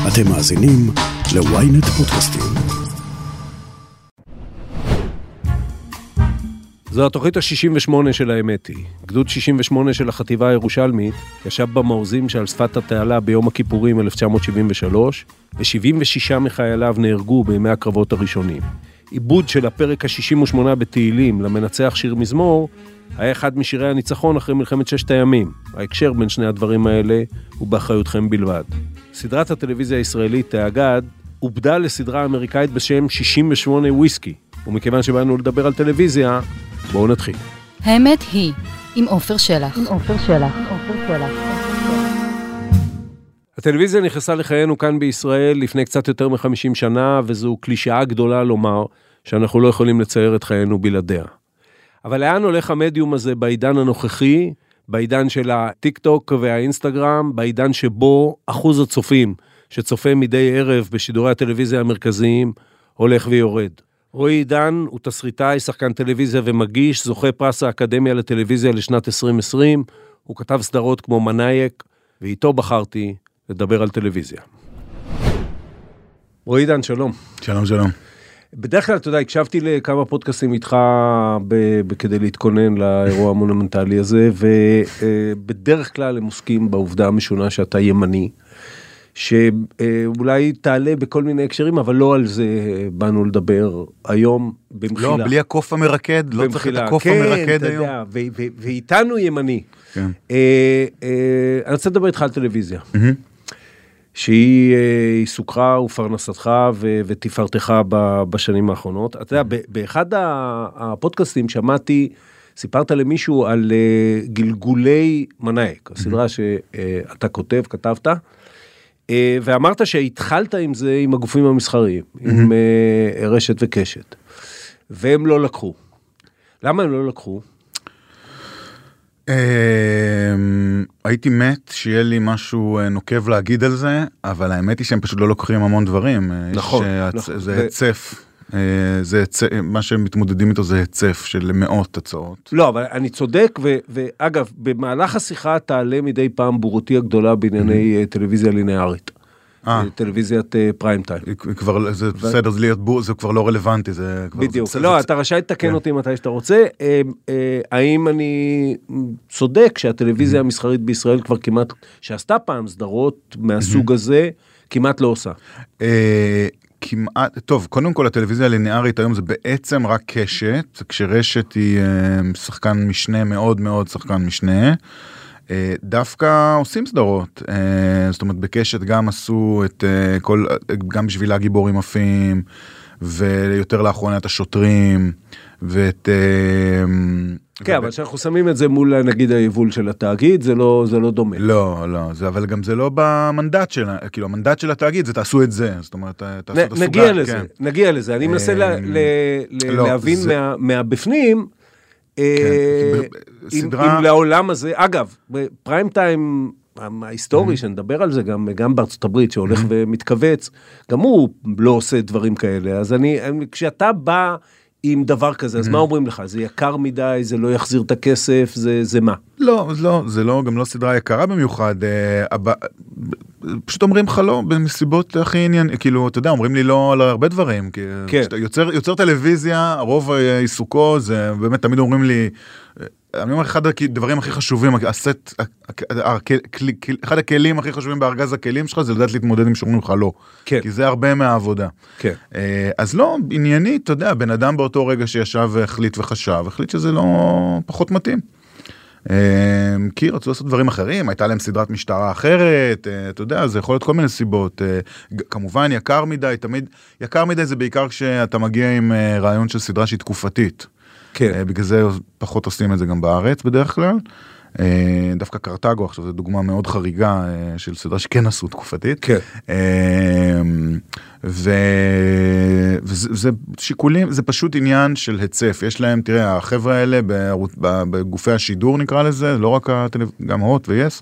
אתם מאזינים ל-ynet פודקאסטים. זו התוכנית ה-68 של האמת היא. גדוד 68 של החטיבה הירושלמית ישב במעוזים שעל שפת התעלה ביום הכיפורים 1973, ו-76 מחייליו נהרגו בימי הקרבות הראשונים. עיבוד של הפרק ה-68 בתהילים למנצח שיר מזמור, היה אחד משירי הניצחון אחרי מלחמת ששת הימים. ההקשר בין שני הדברים האלה הוא באחריותכם בלבד. סדרת הטלוויזיה הישראלית, האגד, עובדה לסדרה אמריקאית בשם 68 וויסקי. ומכיוון שבאנו לדבר על טלוויזיה, בואו נתחיל. האמת היא, עם עופר שלח. הטלוויזיה נכנסה לחיינו כאן בישראל לפני קצת יותר מ-50 שנה, וזו קלישאה גדולה לומר שאנחנו לא יכולים לצייר את חיינו בלעדיה. אבל לאן הולך המדיום הזה בעידן הנוכחי, בעידן של הטיק-טוק והאינסטגרם, בעידן שבו אחוז הצופים שצופה מדי ערב בשידורי הטלוויזיה המרכזיים הולך ויורד. רועי עידן הוא תסריטאי, שחקן טלוויזיה ומגיש, זוכה פרס האקדמיה לטלוויזיה לשנת 2020, הוא כתב סדרות כמו מנאייק, ואיתו בחרתי לדבר על טלוויזיה. רועי עידן, שלום. שלום. בדרך כלל, אתה יודע, הקשבתי לכמה פודקאסטים איתך כדי להתכונן לאירוע המונומנטלי הזה, ובדרך כלל הם עוסקים בעובדה המשונה שאתה ימני, שאולי תעלה בכל מיני הקשרים, אבל לא על זה באנו לדבר היום במחילה. לא, בלי הקוף המרקד, לא צריך את הקוף המרקד היום. כן, אתה יודע, ואיתנו ימני. כן. אני רוצה לדבר איתך על טלוויזיה. שהיא עיסוקך ופרנסתך ותפארתך בשנים האחרונות. אתה יודע, באחד הפודקאסטים שמעתי, סיפרת למישהו על גלגולי מנאייק, הסדרה שאתה כתבת, ואמרת שהתחלת עם זה עם הגופים המסחריים, עם רשת וקשת, והם לא לקחו. למה הם לא לקחו? הייתי מת שיהיה לי משהו נוקב להגיד על זה, אבל האמת היא שהם פשוט לא לוקחים המון דברים. נכון. זה הצף. מה שהם מתמודדים איתו זה הצף של מאות הצעות. לא, אבל אני צודק, ואגב, במהלך השיחה תעלה מדי פעם בורותי הגדולה בענייני טלוויזיה לינארית. טלוויזיית פריים טיים. זה בסדר, זה כבר לא רלוונטי. בדיוק. לא, אתה רשאי לתקן אותי מתי שאתה רוצה. האם אני צודק שהטלוויזיה המסחרית בישראל כבר כמעט, שעשתה פעם סדרות מהסוג הזה, כמעט לא עושה? טוב, קודם כל הטלוויזיה הלינארית היום זה בעצם רק קשת, כשרשת היא שחקן משנה, מאוד מאוד שחקן משנה, דווקא עושים סדרות, זאת אומרת בקשת גם עשו גם בשביל הגיבורים עפים, ויותר לאחרונה את השוטרים, ואת... כן, אבל שאנחנו שמים את זה מול נגיד היבול של התאגיד, זה לא דומה. לא, אבל גם זה לא במנדט שלה, כאילו המנדט של התאגיד זה תעשו את זה, זאת אומרת, תעשו את הסוגה. נגיע לזה, אני מנסה להבין מהבפנים, אם לעולם הזה, אגב, בפריים טיים ההיסטורי, שנדבר על זה גם בארצות הברית, שהולך ומתכווץ, גם הוא לא עושה דברים כאלה, אז כשאתה בא עם דבר כזה, אז מה אומרים לך? זה יקר מדי, זה לא יחזיר את הכסף, זה מה? לא, זה לא, גם לא סדרה יקרה במיוחד, פשוט אומרים לך לא, במסיבות הכי עניין, כאילו, אתה יודע, אומרים לי לא על הרבה דברים, יוצר טלוויזיה, הרוב עיסוקו, זה באמת תמיד אומרים לי, אני אומר, אחד הדברים הכי חשובים, אחד הכלים הכי חשובים בארגז הכלים שלך, זה לדעת להתמודד עם שאומרים לך לא. כי זה הרבה מהעבודה. אז לא, ענייני, אתה יודע, בן אדם באותו רגע שישב והחליט וחשב, החליט שזה לא פחות מתאים. כי רצו לעשות דברים אחרים, הייתה להם סדרת משטרה אחרת, אתה יודע, זה יכול להיות כל מיני סיבות. כמובן, יקר מדי, תמיד, יקר מדי זה בעיקר כשאתה מגיע עם רעיון של סדרה שהיא תקופתית. בגלל זה פחות עושים את זה גם בארץ בדרך כלל. דווקא קרטגו עכשיו, זו דוגמה מאוד חריגה של סדרה שכן עשו תקופתית. וזה שיקולים, זה פשוט עניין של הצף. יש להם, תראה, החבר'ה האלה בגופי השידור נקרא לזה, לא רק גם הוט ויס,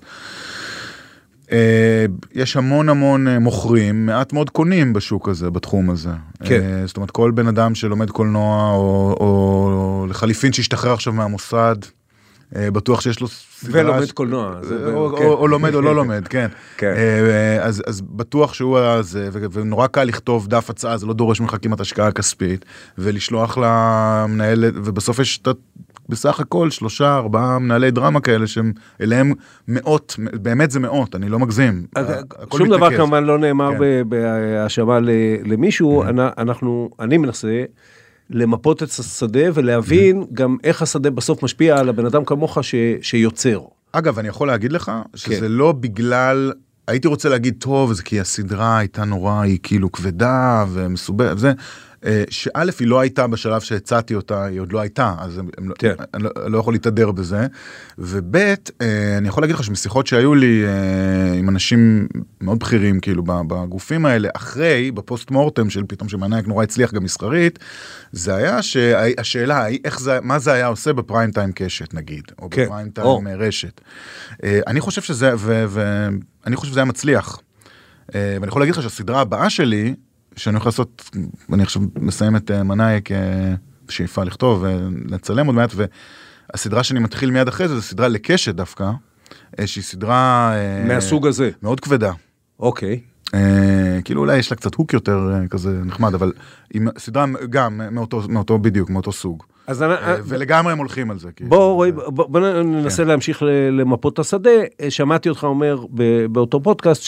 יש המון מוכרים, מעט מאוד קונים בשוק הזה, בתחום הזה. זאת אומרת, כל בן אדם שלומד קולנוע, או לחליפין שהשתחרר עכשיו מהמוסד, בטוח שיש לו סדרה... ולומד קולנוע. או לומד או לא לומד, כן. אז בטוח שהוא הזה, ונורא קל לכתוב דף הצעה, זה לא דורש ממך כמעט השקעה כספית, ולשלוח למנהלת, ובסוף יש בסך הכל 3-4 מנהלי דרמה כאלה, שהם אליהם מאות, באמת זה מאות, אני לא מגזים. שום דבר כמובן לא נאמר בהאשמה למישהו, אני מנסה למפות את השדה ולהבין גם איך השדה בסוף משפיע על הבן אדם כמוך שיוצר. אגב, אני יכול להגיד לך שזה לא בגלל, הייתי רוצה להגיד טוב, זה כי הסדרה הייתה נורא, היא כאילו כבדה ומסובבת, זה, שא' היא לא הייתה בשלב שהצעתי אותה, היא עוד לא הייתה, אז אני לא יכול להתהדר בזה, וב' אני יכול להגיד לך שמשיחות שהיו לי עם אנשים מאוד בכירים, כאילו בגופים האלה, אחרי, בפוסט מורטם של פתאום שמנהיג נורא הצליח גם מסחרית, זה היה שהשאלה, מה זה היה עושה בפריים טיים קשת, נגיד, או בפריים טיים רשת. אני חושב שזה היה מצליח, ואני יכול להגיד לך שהסדרה הבאה שלי, שאני הולך לעשות, אני עכשיו מסיים את מנהיג בשאיפה לכתוב ולצלם עוד מעט, והסדרה שאני מתחיל מיד אחרי זה, זה סדרה לקשת דווקא, שהיא סדרה... מהסוג הזה. מאוד כבדה. אוקיי. כאילו אולי יש לה קצת הוק יותר כזה נחמד, אבל היא סדרה גם מאותו בדיוק, מאותו סוג. ולגמרי הם הולכים על זה. בוא ננסה להמשיך למפות השדה. שמעתי אותך אומר באותו פודקאסט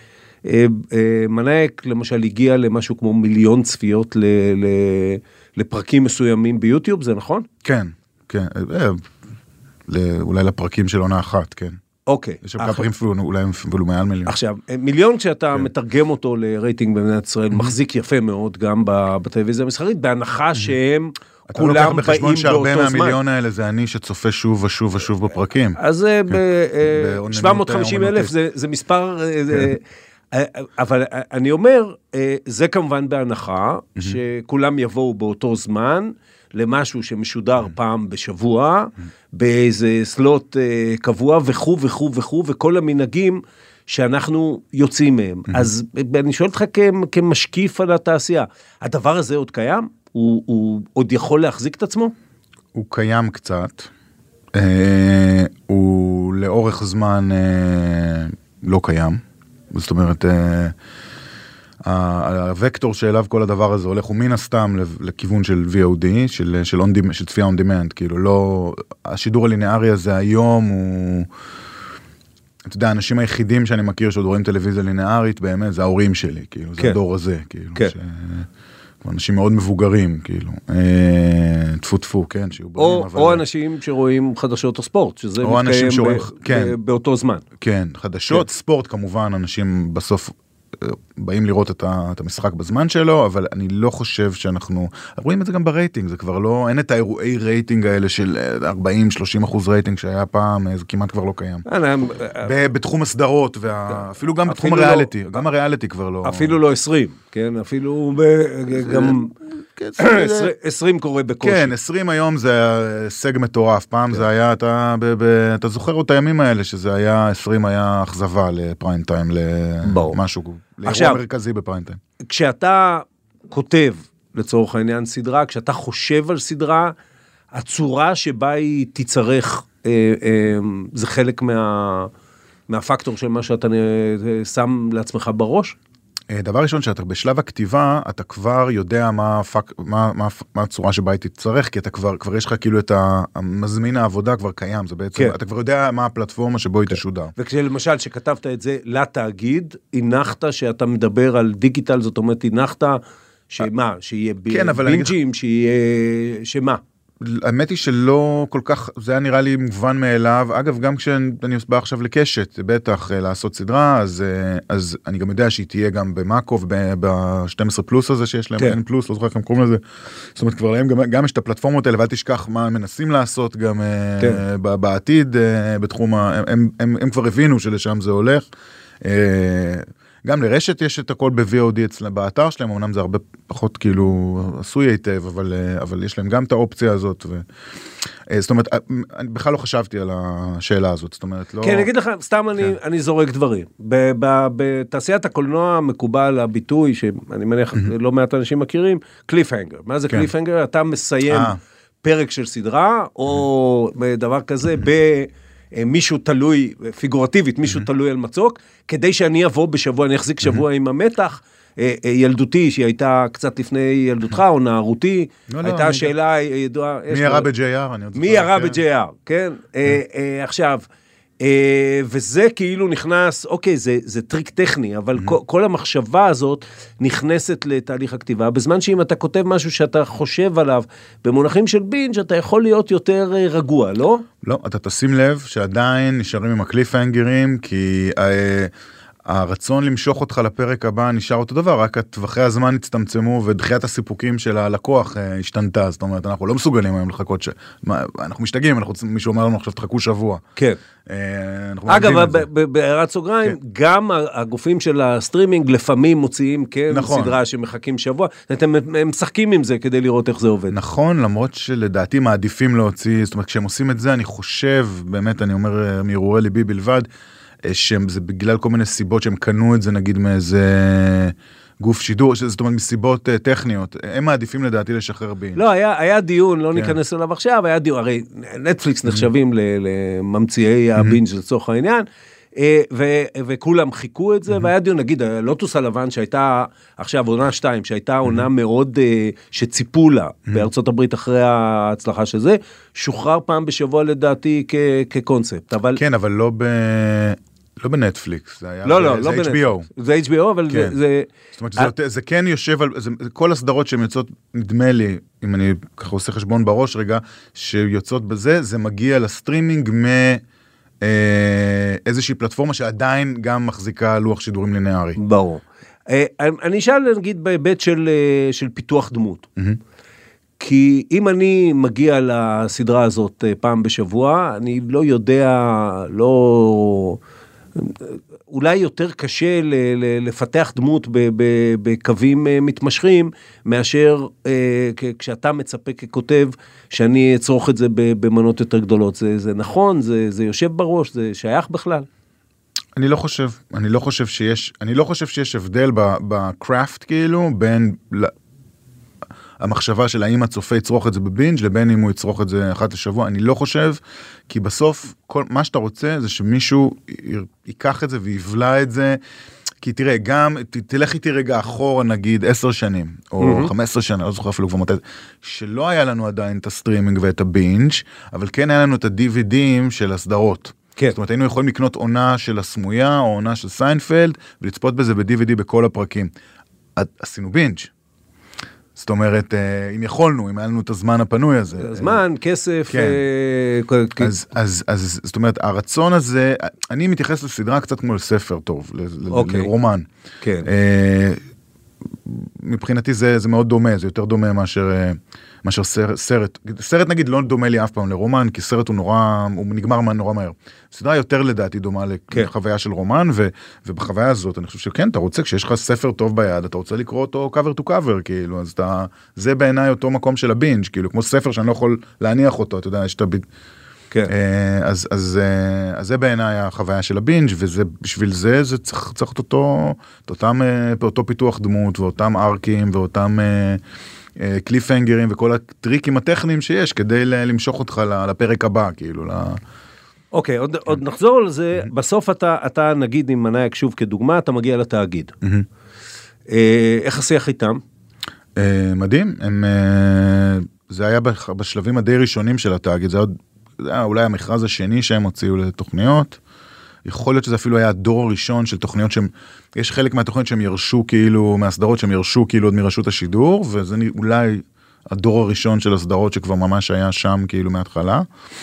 מנהיג למשל הגיע למשהו כמו 1,000,000 צפיות לפרקים מסוימים ביוטיוב, זה נכון? כן, כן. אולי לפרקים של עונה אחת, כן. אוקיי. יש שם כמה פרקים אולי אפילו מעל 1,000,000. עכשיו, 1,000,000 כשאתה מתרגם אותו לרייטינג במדינת ישראל, מחזיק יפה מאוד גם בטלוויזיה המסחרית, בהנחה שהם כולם באים באותו זמן. אתה לוקח בחשבון שהרבה מה1,000,000 האלה זה אני שצופה שוב ושוב ושוב בפרקים. אז 750,000 זה מספר... אבל אני אומר, זה כמובן בהנחה, שכולם יבואו באותו זמן, למשהו שמשודר פעם בשבוע, באיזה סלוט קבוע, וכו וכו וכו, וכל המנהגים שאנחנו יוצאים מהם. אז אני שואל אותך כמשקיף על התעשייה, הדבר הזה עוד קיים? הוא עוד יכול להחזיק את עצמו? הוא קיים קצת. הוא לאורך זמן לא קיים. זאת אומרת, הוקטור שאליו כל הדבר הזה הולך הוא מן הסתם לכיוון של VOD, של צפייה on demand, כאילו לא, השידור הלינארי הזה היום הוא, אתה יודע, האנשים היחידים שאני מכיר שעוד רואים טלוויזיה לינארית, באמת, זה ההורים שלי, כאילו, זה הדור הזה, כאילו, אנשים מאוד מבוגרים, כאילו, תפו, כן, שיהיו בריאים, או אנשים שרואים חדשות או ספורט, שזה מתקיים באותו זמן. כן, חדשות, ספורט, כמובן, אנשים בסוף באים לראות את המשחק בזמן שלו, אבל אני לא חושב שאנחנו, רואים את זה גם ברייטינג, זה כבר לא, אין את האירועי רייטינג האלה של 40-30% רייטינג שהיה פעם, זה כמעט כבר לא קיים. בתחום הסדרות, אפילו גם בתחום הריאליטי, גם הריאליטי כבר לא... אפילו לא 20, כן, אפילו גם 20 קורה בקושי. כן, 20 היום זה הישג מטורף, פעם זה היה, אתה זוכר את הימים האלה, שזה היה, 20 היה אכזבה לפריים טיים, למשהו, לאירוע מרכזי בפריים טיים. כשאתה כותב, לצורך העניין, סדרה, כשאתה חושב על סדרה, הצורה שבה היא תצטרך, זה חלק מהפקטור של מה שאתה שם לעצמך בראש? דבר ראשון, שאתה בשלב הכתיבה, אתה כבר יודע מה הצורה שבה היא תצטרך, כי אתה כבר יש לך כאילו את המזמין העבודה כבר קיים, זה בעצם, אתה כבר יודע מה הפלטפורמה שבו היא תשודר. וכשלמשל, שכתבת את זה לתאגיד, הנחת שאתה מדבר על דיגיטל, זאת אומרת, הנחת שמה, שיהיה בינג'ים, שמה? האמת היא שלא כל כך, זה היה נראה לי מובן מאליו, אגב גם כשאני בא עכשיו לקשת, בטח לעשות סדרה, אז אני גם יודע שהיא תהיה גם במאקו וב-12 פלוס הזה שיש להם, אין פלוס, לא זוכר איך הם קוראים לזה, זאת אומרת כבר להם גם יש את הפלטפורמות האלה, ואל תשכח מה הם מנסים לעשות גם בעתיד, בתחום, הם כבר הבינו שלשם זה הולך, גם לרשת יש את הכל ב-VOD אצלם, באתר שלהם, אמנם זה הרבה פחות כאילו עשוי היטב, אבל יש להם גם את האופציה הזאת, זאת אומרת, אני בכלל לא חשבתי על השאלה הזאת, זאת אומרת, לא... כן, אני אגיד לך, סתם אני זורק דברים. בתעשיית הקולנוע מקובל הביטוי, שאני מניח לא מעט אנשים מכירים, קליפהנגר. מה זה קליפהנגר? אתה מסיים פרק של סדרה, או דבר כזה, מישהו תלוי, פיגורטיבית, מישהו תלוי על מצוק, כדי שאני אבוא בשבוע, אני אחזיק שבוע עם המתח, ילדותי, שהיא הייתה קצת לפני ילדותך, או נערותי, הייתה שאלה ידועה. מי ירה ב-JR? מי ירה ב-JR, כן? עכשיו, וזה כאילו נכנס, אוקיי, זה טריק טכני, אבל כל המחשבה הזאת נכנסת לתהליך הכתיבה, בזמן שאם אתה כותב משהו שאתה חושב עליו, במונחים של בינג' אתה יכול להיות יותר רגוע, לא? לא, אתה תשים לב שעדיין נשארים עם הקליפהנגרים, כי הרצון למשוך אותך לפרק הבא נשאר אותו דבר, רק טווחי הזמן הצטמצמו ודחיית הסיפוקים של הלקוח השתנתה, זאת אומרת, אנחנו לא מסוגלים היום לחכות, אנחנו משתגעים, מישהו אומר לנו עכשיו תחכו שבוע. כן. אגב, בהערת סוגריים, גם הגופים של הסטרימינג לפעמים מוציאים, כן, סדרה שמחכים שבוע, הם משחקים עם זה כדי לראות איך זה עובד. נכון, למרות שלדעתי מעדיפים להוציא, זאת אומרת, כשהם עושים את זה, אני חושב, באמת, אני אומר מהרהורי ליבי בלבד, שזה בגלל כל מיני סיבות שהם קנו את זה, נגיד מאיזה גוף שידור, זאת אומרת מסיבות טכניות, הם מעדיפים לדעתי לשחרר בין. לא, היה דיון, לא ניכנס אליו עכשיו, היה דיון, הרי נטפליקס נחשבים לממציאי הבינג' לצורך העניין, וכולם חיכו את זה, והיה דיון, נגיד, לוטוס הלבן שהייתה, עכשיו עונה 2, שהייתה עונה מאוד, שציפו לה בארצות הברית אחרי ההצלחה של זה, שוחרר פעם בשבוע לדעתי כקונספט, אבל... כן, אבל לא בנטפליקס, זה היה... לא זה HBO. זה HBO, אבל זה... זאת אומרת, זה כן יושב על... כל הסדרות שהן יוצאות, נדמה לי, אם אני ככה עושה חשבון בראש רגע, שיוצאות בזה, זה מגיע לסטרימינג איזושהי פלטפורמה שעדיין גם מחזיקה לוח שידורים לינארי. ברור. אני אשאל, נגיד, בהיבט של פיתוח דמות. כי אם אני מגיע לסדרה הזאת פעם בשבוע, אני לא יודע, אולי יותר קשה לפתח דמות בקווים מתמשכים, מאשר כשאתה מצפה ככותב, שאני אצרוך את זה במנות יותר גדולות. זה נכון? זה יושב בראש? זה שייך בכלל? אני לא חושב שיש הבדל בקראפט כאילו, בין המחשבה של האם הצופה יצרוך את זה בבינג' לבין אם הוא יצרוך את זה אחת לשבוע, אני לא חושב, כי בסוף מה שאתה רוצה זה שמישהו ייקח את זה ויבלע את זה, כי תראה, גם, תלך איתי רגע אחורה נגיד 10 שנים, או 15 שנה, לא זוכר אפילו כבר מתי, שלא היה לנו עדיין את הסטרימינג ואת הבינג', אבל כן היה לנו את ה-DVDים של הסדרות. כן. זאת אומרת, היינו יכולים לקנות עונה של הסמויה, או עונה של סיינפלד, ולצפות בזה ב-DVD בכל הפרקים. עשינו בינג'. זאת אומרת, אם יכולנו, אם היה לנו את הזמן הפנוי הזה. זמן, כסף. כן. אז זאת אומרת, הרצון הזה, אני מתייחס לסדרה קצת כמו לספר טוב, לרומן. כן. מבחינתי זה מאוד דומה, זה יותר דומה מאשר סרט. סרט נגיד לא דומה לי אף פעם לרומן, כי סרט הוא נגמר נורא מהר. סדרה יותר לדעתי דומה לחוויה של רומן, ובחוויה הזאת אני חושב שכן, אתה רוצה, כשיש לך ספר טוב ביד, אתה רוצה לקרוא אותו cover to cover, כאילו, אז זה בעיניי אותו מקום של הבינג', כאילו, כמו ספר שאני לא יכול להניח אותו, אתה יודע, יש את כן. אז זה בעיניי החוויה של הבינג', ובשביל זה צריך אותו פיתוח דמות, ואותם ארקים, ואותם קליפהנגרים, וכל הטריקים הטכניים שיש, כדי למשוך אותך לפרק הבא, כאילו. אוקיי, עוד נחזור על זה, בסוף אתה נגיד עם מנהיג שוב כדוגמה, אתה מגיע לתאגיד. איך השיח איתם? מדהים, זה היה בשלבים הדי ראשונים של התאגיד, זה היה אולי המכרז השני שהם הוציאו לתוכניות, יכול להיות שזה אפילו היה הדור הראשון של תוכניות יש חלק מהתוכניות שהם ירשו כאילו, מהסדרות שהם ירשו כאילו עוד מרשות השידור, וזה אולי הדור הראשון של הסדרות שכבר ממש היה שם כאילו מההתחלה,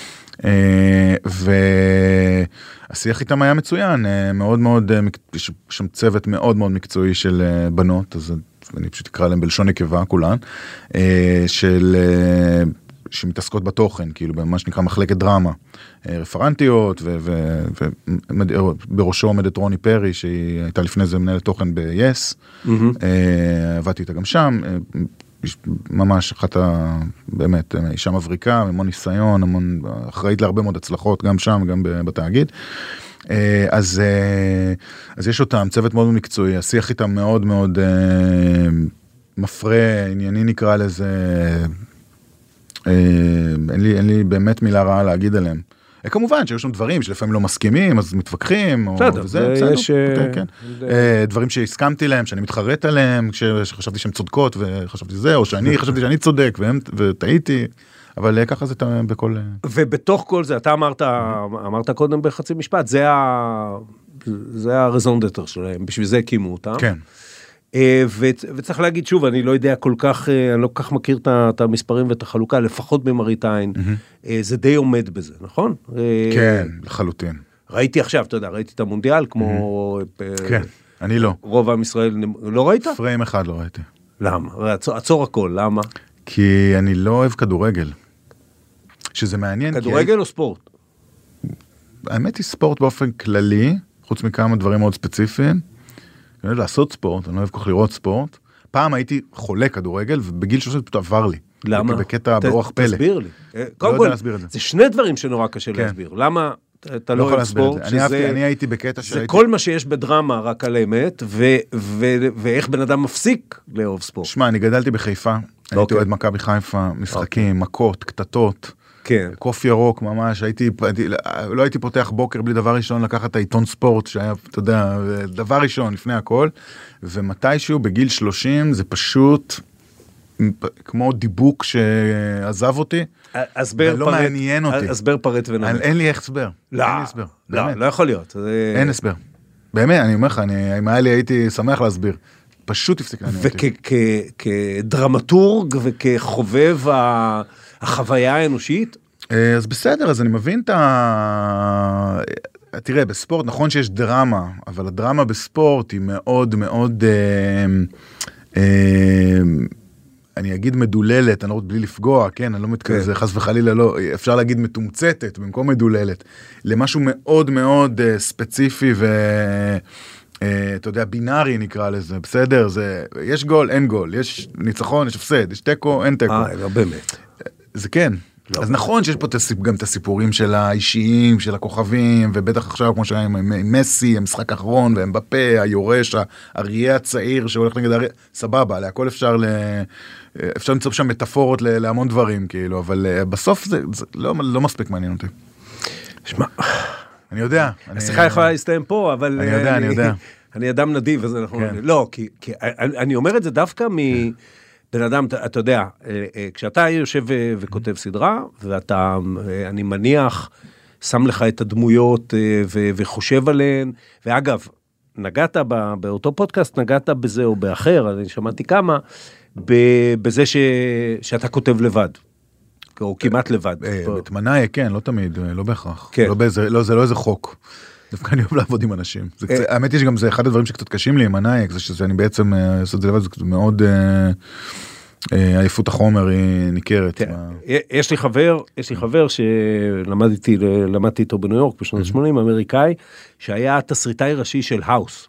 והשיח איתם היה מצוין, מאוד מאוד, יש שם צוות מאוד מאוד מקצועי של בנות, אז אני פשוט אקרא להם בלשון נקבה כולן, שמתעסקות בתוכן, כאילו, במה שנקרא מחלקת דרמה, רפרנטיות, ובראשו עומדת רוני פרי, שהיא הייתה לפני זה מנהלת תוכן ב-Yes, עבדתי איתה גם שם, ממש אחת באמת, אישה מבריקה, המון ניסיון, אחראית להרבה מאוד הצלחות, גם שם, גם בתאגיד, אז יש אותם, צוות מאוד מקצועי, השיח איתם מאוד מאוד מפרה, ענייני נקרא לזה, אין לי באמת מילה רעה להגיד עליהם. כמובן שיש שם דברים שלפעמים לא מסכימים, אז מתווכחים, דברים שהסכמתי להם, שאני מתחרט עליהם, שחשבתי שהן צודקות, וחשבתי זה, או שאני חשבתי שאני צודק, וטעיתי, אבל ככה זה בכל... ובתוך כל זה, אתה אמרת קודם בחצי משפט, זה הרזונדטר שלהם, בשביל זה הקימו אותם. כן. וצריך להגיד שוב, אני לא יודע כל כך, אני לא כל כך מכיר את המספרים ואת החלוקה, לפחות במראית עין, זה די עומד בזה, נכון? כן, לחלוטין. ראיתי עכשיו, אתה יודע, ראיתי את המונדיאל, כמו... כן, אני לא. רוב עם ישראל, לא ראית? פריים אחד לא ראיתי. למה? עצור הכל, למה? כי אני לא אוהב כדורגל. שזה מעניין. כדורגל או ספורט? האמת היא ספורט באופן כללי, חוץ מכמה דברים מאוד ספציפיים. אני אוהב לעשות ספורט, אני לא אוהב כל כך לראות ספורט. פעם הייתי חולה כדורגל, ובגיל 30 פשוט עבר לי. למה? בקטע באורח פלא. תסביר לי. קודם כל, זה שני דברים שנורא קשה להסביר. למה אתה לא אוהב ספורט? אני הייתי בקטע זה כל מה שיש בדרמה רק על האמת, ואיך בן אדם מפסיק לאהוב ספורט. שמע, אני גדלתי בחיפה, הייתי אוהד מכבי חיפה, משחקים, מכות, קטטות. כן. קוף ירוק ממש, לא הייתי פותח בוקר בלי דבר ראשון לקחת את העיתון ספורט, שהיה, אתה יודע, דבר ראשון לפני הכל, ומתישהו בגיל 30 זה פשוט כמו דיבוק שעזב אותי, ולא מעניין אותי. הסבר פרט ונמק. אין לי איך הסבר. לא יכול להיות. אין הסבר. באמת, אני אומר לך, אם היה לי הייתי שמח להסביר. פשוט הפסיק לעניין אותי. וכדרמטורג וכחובב החוויה האנושית? אז בסדר, אז אני מבין תראה, בספורט נכון שיש דרמה, אבל הדרמה בספורט היא מאוד מאוד, אני אגיד מדוללת, אני לא רוצה בלי לפגוע, כן, אני לא מתכוון, זה חס וחלילה לא, אפשר להגיד מתומצתת במקום מדוללת, למשהו מאוד מאוד ספציפי אתה יודע, בינארי נקרא לזה, בסדר, יש גול, אין גול, יש ניצחון, יש הפסד, יש טקו, אין טקו. לא באמת. זה כן. אז נכון שיש פה גם את הסיפורים של האישיים, של הכוכבים, ובטח עכשיו כמו שהיה עם מסי, המשחק האחרון, ואמבפה, היורש, האריה הצעיר שהולך נגד האריה, סבבה, להכל אפשר למצוא שם מטאפורות להמון דברים, כאילו, אבל בסוף זה לא מספיק מעניין אותי. שמע, אני יודע. השיחה יכולה להסתיים פה, אבל... אני יודע. אני אדם נדיב, אז אנחנו... לא, כי אני אומר את זה דווקא בן אדם, אתה יודע, כשאתה יושב וכותב סדרה, ואתה, אני מניח, שם לך את הדמויות וחושב עליהן, ואגב, נגעת באותו פודקאסט, נגעת בזה או באחר, אני שמעתי כמה, בזה שאתה כותב לבד. או כמעט לבד. בתמנאי, כן, לא תמיד, לא בהכרח. זה לא איזה חוק. דווקא אני אוהב לעבוד עם אנשים. האמת היא שגם זה אחד הדברים שקצת קשים לי עם מנאי, זה שאני בעצם עושה את זה לבד, זה מאוד, עייפות החומר היא ניכרת. יש לי חבר שלמדתי איתו בניו יורק בשנות ה-80, אמריקאי, שהיה תסריטאי ראשי של האוס.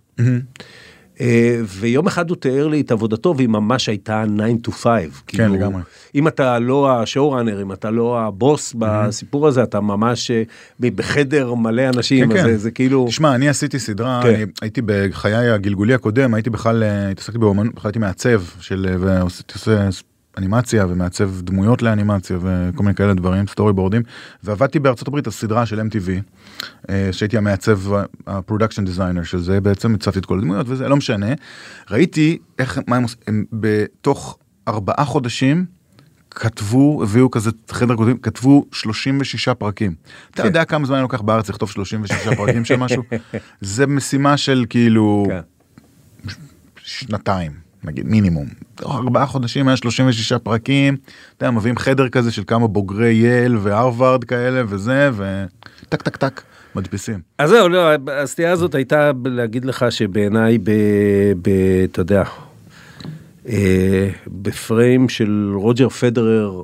ויום אחד הוא תיאר לי את עבודתו, והיא ממש הייתה 9 to 5. כן, לגמרי. אם אתה לא השואו-ראנר, אם אתה לא הבוס בסיפור הזה, אתה ממש בחדר מלא אנשים, אז זה כאילו... תשמע, אני עשיתי סדרה, הייתי בחיי הגלגולי הקודם, הייתי בכלל, התעסקתי באומנות, בכלל הייתי מעצב, ועושה אנימציה, ומעצב דמויות לאנימציה, וכל מיני כאלה דברים, סטורי בורדים, ועבדתי בארצות הברית, הסדרה של MTV, שהייתי המעצב, הפרודקשן דיזיינר, שזה בעצם הצפתי את כל הדמויות, וזה לא משנה. ראיתי איך, הם בתוך 4 חודשים, הביאו כזה חדר כותבים, כתבו 36 פרקים. אתה יודע כמה זמן אני לוקח בארץ לכתוב 36 פרקים של משהו? זה משימה של כאילו, 2 נגיד, מינימום. 4 חודשים היה 36 פרקים, אתה יודע, מביאים חדר כזה של כמה בוגרי יל והרווארד כאלה וזה, וטק טק טק, מדפיסים. אז זהו, לא, הסטייה הזאת הייתה להגיד לך שבעיניי, אתה יודע, בפריים של רוג'ר פדרר,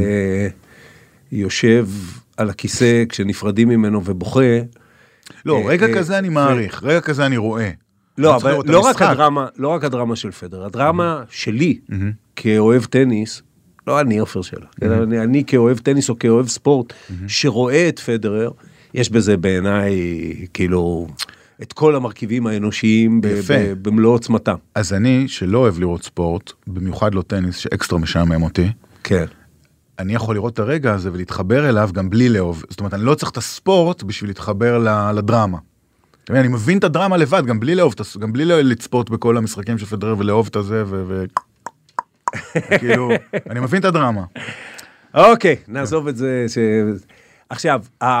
יושב על הכיסא כשנפרדים ממנו ובוכה. לא, רגע כזה אני מעריך, רגע כזה אני רואה. לא, אבל לא רק הדרמה של פדר, הדרמה שלי, כאוהב טניס, לא אני עופר שלה, אני כאוהב טניס או כאוהב ספורט, שרואה את פדרר, יש בזה בעיניי, כאילו, את כל המרכיבים האנושיים במלוא עוצמתם. אז אני, שלא אוהב לראות ספורט, במיוחד לא טניס, שאקסטרה משעמם אותי, כן. אני יכול לראות את הרגע הזה ולהתחבר אליו גם בלי לאהוב. זאת אומרת, אני לא צריך את הספורט בשביל להתחבר לדרמה. אני מבין את הדרמה לבד, גם בלי לאהוב, גם בלי לצפות בכל המשחקים של פדרר ולאהוב את הזה, כאילו, אני מבין את הדרמה. אוקיי, נעזוב את זה. עכשיו,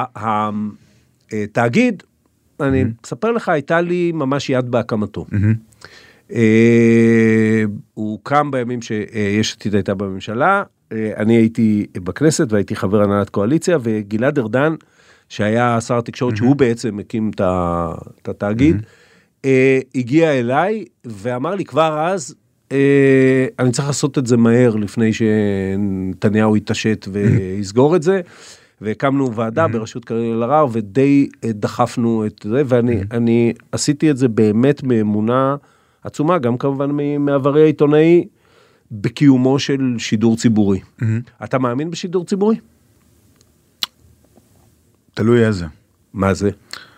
התאגיד, אני אספר לך, הייתה לי ממש יד בהקמתו. הוא קם בימים שיש עתיד הייתה בממשלה, אני הייתי בכנסת והייתי חבר הנהלת קואליציה, וגלעד ארדן, שהיה שר התקשורת, שהוא בעצם הקים את התאגיד, הגיע אליי ואמר לי כבר אז, אני צריך לעשות את זה מהר לפני שנתניהו יתעשת ויסגור את זה, והקמנו ועדה בראשות קארין אלהרר, ודי דחפנו את זה, ואני עשיתי את זה באמת מאמונה עצומה, גם כמובן מעברי העיתונאי, בקיומו של שידור ציבורי. אתה מאמין בשידור ציבורי? תלוי איזה. מה זה?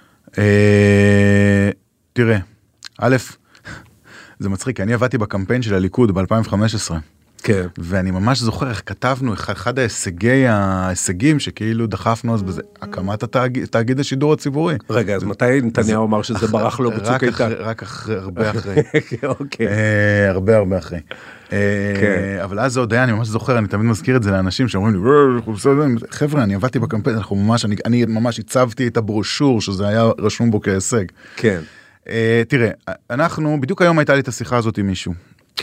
תראה, א', זה מצחיק, אני עבדתי בקמפיין של הליכוד ב-2015. כן. ואני ממש זוכר איך כתבנו אחד ההישגים שכאילו דחפנו אז בזה, הקמת תאגיד השידור הציבורי. רגע, אז מתי נתניהו אמר שזה ברח לו בצוק איתן? רק הרבה אחרי. אוקיי. הרבה אחרי. אבל אז זה עוד היה, אני ממש זוכר, אני תמיד מזכיר את זה לאנשים שאומרים לי, חבר'ה, אני עבדתי בקמפיין, אני ממש הצבתי את הברושור שזה היה רשום בו כהישג. כן. תראה, אנחנו, בדיוק היום הייתה לי את השיחה הזאת עם מישהו.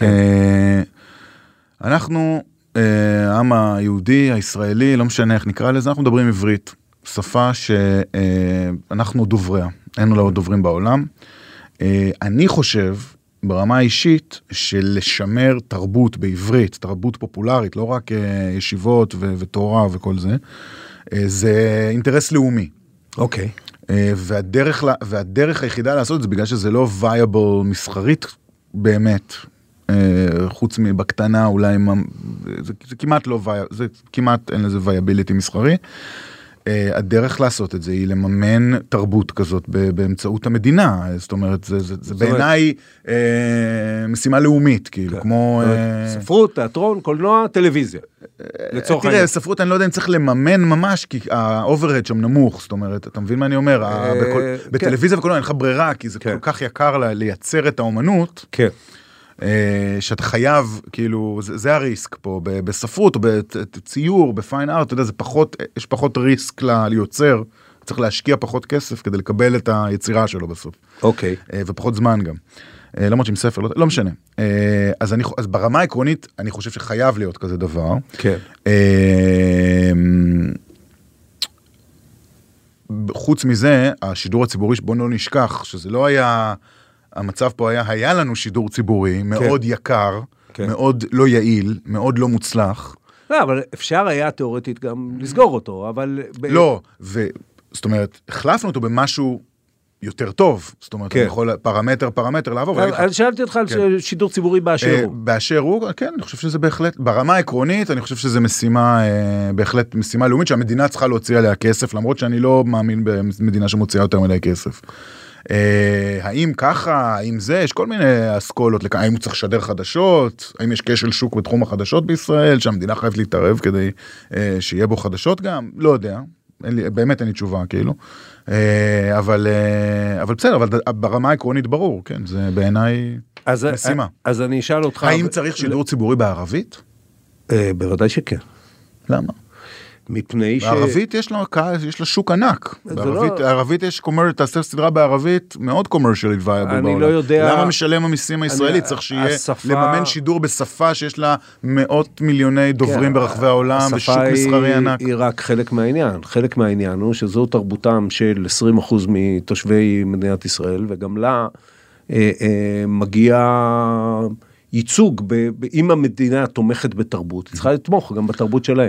אנחנו, העם היהודי, הישראלי, לא משנה איך נקרא לזה, אנחנו מדברים עברית, שפה שאנחנו דובריה, אין לו עוד דוברים בעולם. אני חושב, ברמה האישית, שלשמר תרבות בעברית, תרבות פופולרית, לא רק ישיבות ותורה וכל זה, זה אינטרס לאומי. אוקיי. והדרך היחידה לעשות את זה, בגלל שזה לא וייבל מסחרית באמת, חוץ מבקטנה אולי, זה כמעט לא זה כמעט אין לזה וייביליטי מסחרי. הדרך לעשות את זה היא לממן תרבות כזאת באמצעות המדינה, זאת אומרת, זה בעיניי משימה לאומית, כאילו, כמו... ספרות, תיאטרון, קולנוע, טלוויזיה. תראה, ספרות אני לא יודע אם צריך לממן ממש, כי האוברהד שם נמוך, זאת אומרת, אתה מבין מה אני אומר? בטלוויזיה וקולנוע אין לך ברירה, כי זה כל כך יקר לייצר את האומנות. כן. שאתה חייב, כאילו, זה הריסק פה, בספרות או בציור, בפיין ארט, אתה יודע, זה פחות, יש פחות ריסק ליוצר, צריך להשקיע פחות כסף כדי לקבל את היצירה שלו בסוף. אוקיי. ופחות זמן גם. למרות שעם ספר, לא משנה. אז ברמה העקרונית, אני חושב שחייב להיות כזה דבר. כן. חוץ מזה, השידור הציבורי, בוא לא נשכח, שזה לא היה... המצב פה היה לנו שידור ציבורי מאוד יקר, מאוד לא יעיל, מאוד לא מוצלח. לא, אבל אפשר היה תיאורטית גם לסגור אותו, אבל... לא, זאת אומרת, החלפנו אותו במשהו יותר טוב, זאת אומרת, אני יכול פרמטר לעבור. אני שאלתי אותך על שידור ציבורי באשר הוא. באשר הוא, כן, אני חושב שזה בהחלט, ברמה העקרונית, אני חושב שזה משימה, בהחלט משימה לאומית, שהמדינה צריכה להוציא עליה כסף, למרות שאני לא מאמין במדינה שמוציאה יותר מדי כסף. האם ככה, האם זה, יש כל מיני אסכולות, האם הוא צריך לשדר חדשות, האם יש כשל שוק בתחום החדשות בישראל, שהמדינה חייבת להתערב כדי שיהיה בו חדשות גם, לא יודע, באמת אין לי תשובה כאילו, אבל בסדר, אבל ברמה העקרונית ברור, כן, זה בעיניי משימה. אז אני אשאל אותך... האם צריך שידור ציבורי בערבית? בוודאי שכן. למה? מפני בערבית יש לה שוק ענק. בערבית יש תעשה סדרה בערבית מאוד קומרשלית וייבל בעולם. אני לא יודע... למה משלם המיסים הישראלי צריך שיהיה לממן שידור בשפה שיש לה מאות מיליוני דוברים ברחבי העולם בשוק מסחרי ענק? השפה היא רק חלק מהעניין. חלק מהעניין הוא שזו תרבותם של 20% מתושבי מדינת ישראל, וגם לה מגיע ייצוג, אם המדינה תומכת בתרבות, היא צריכה לתמוך גם בתרבות שלהם.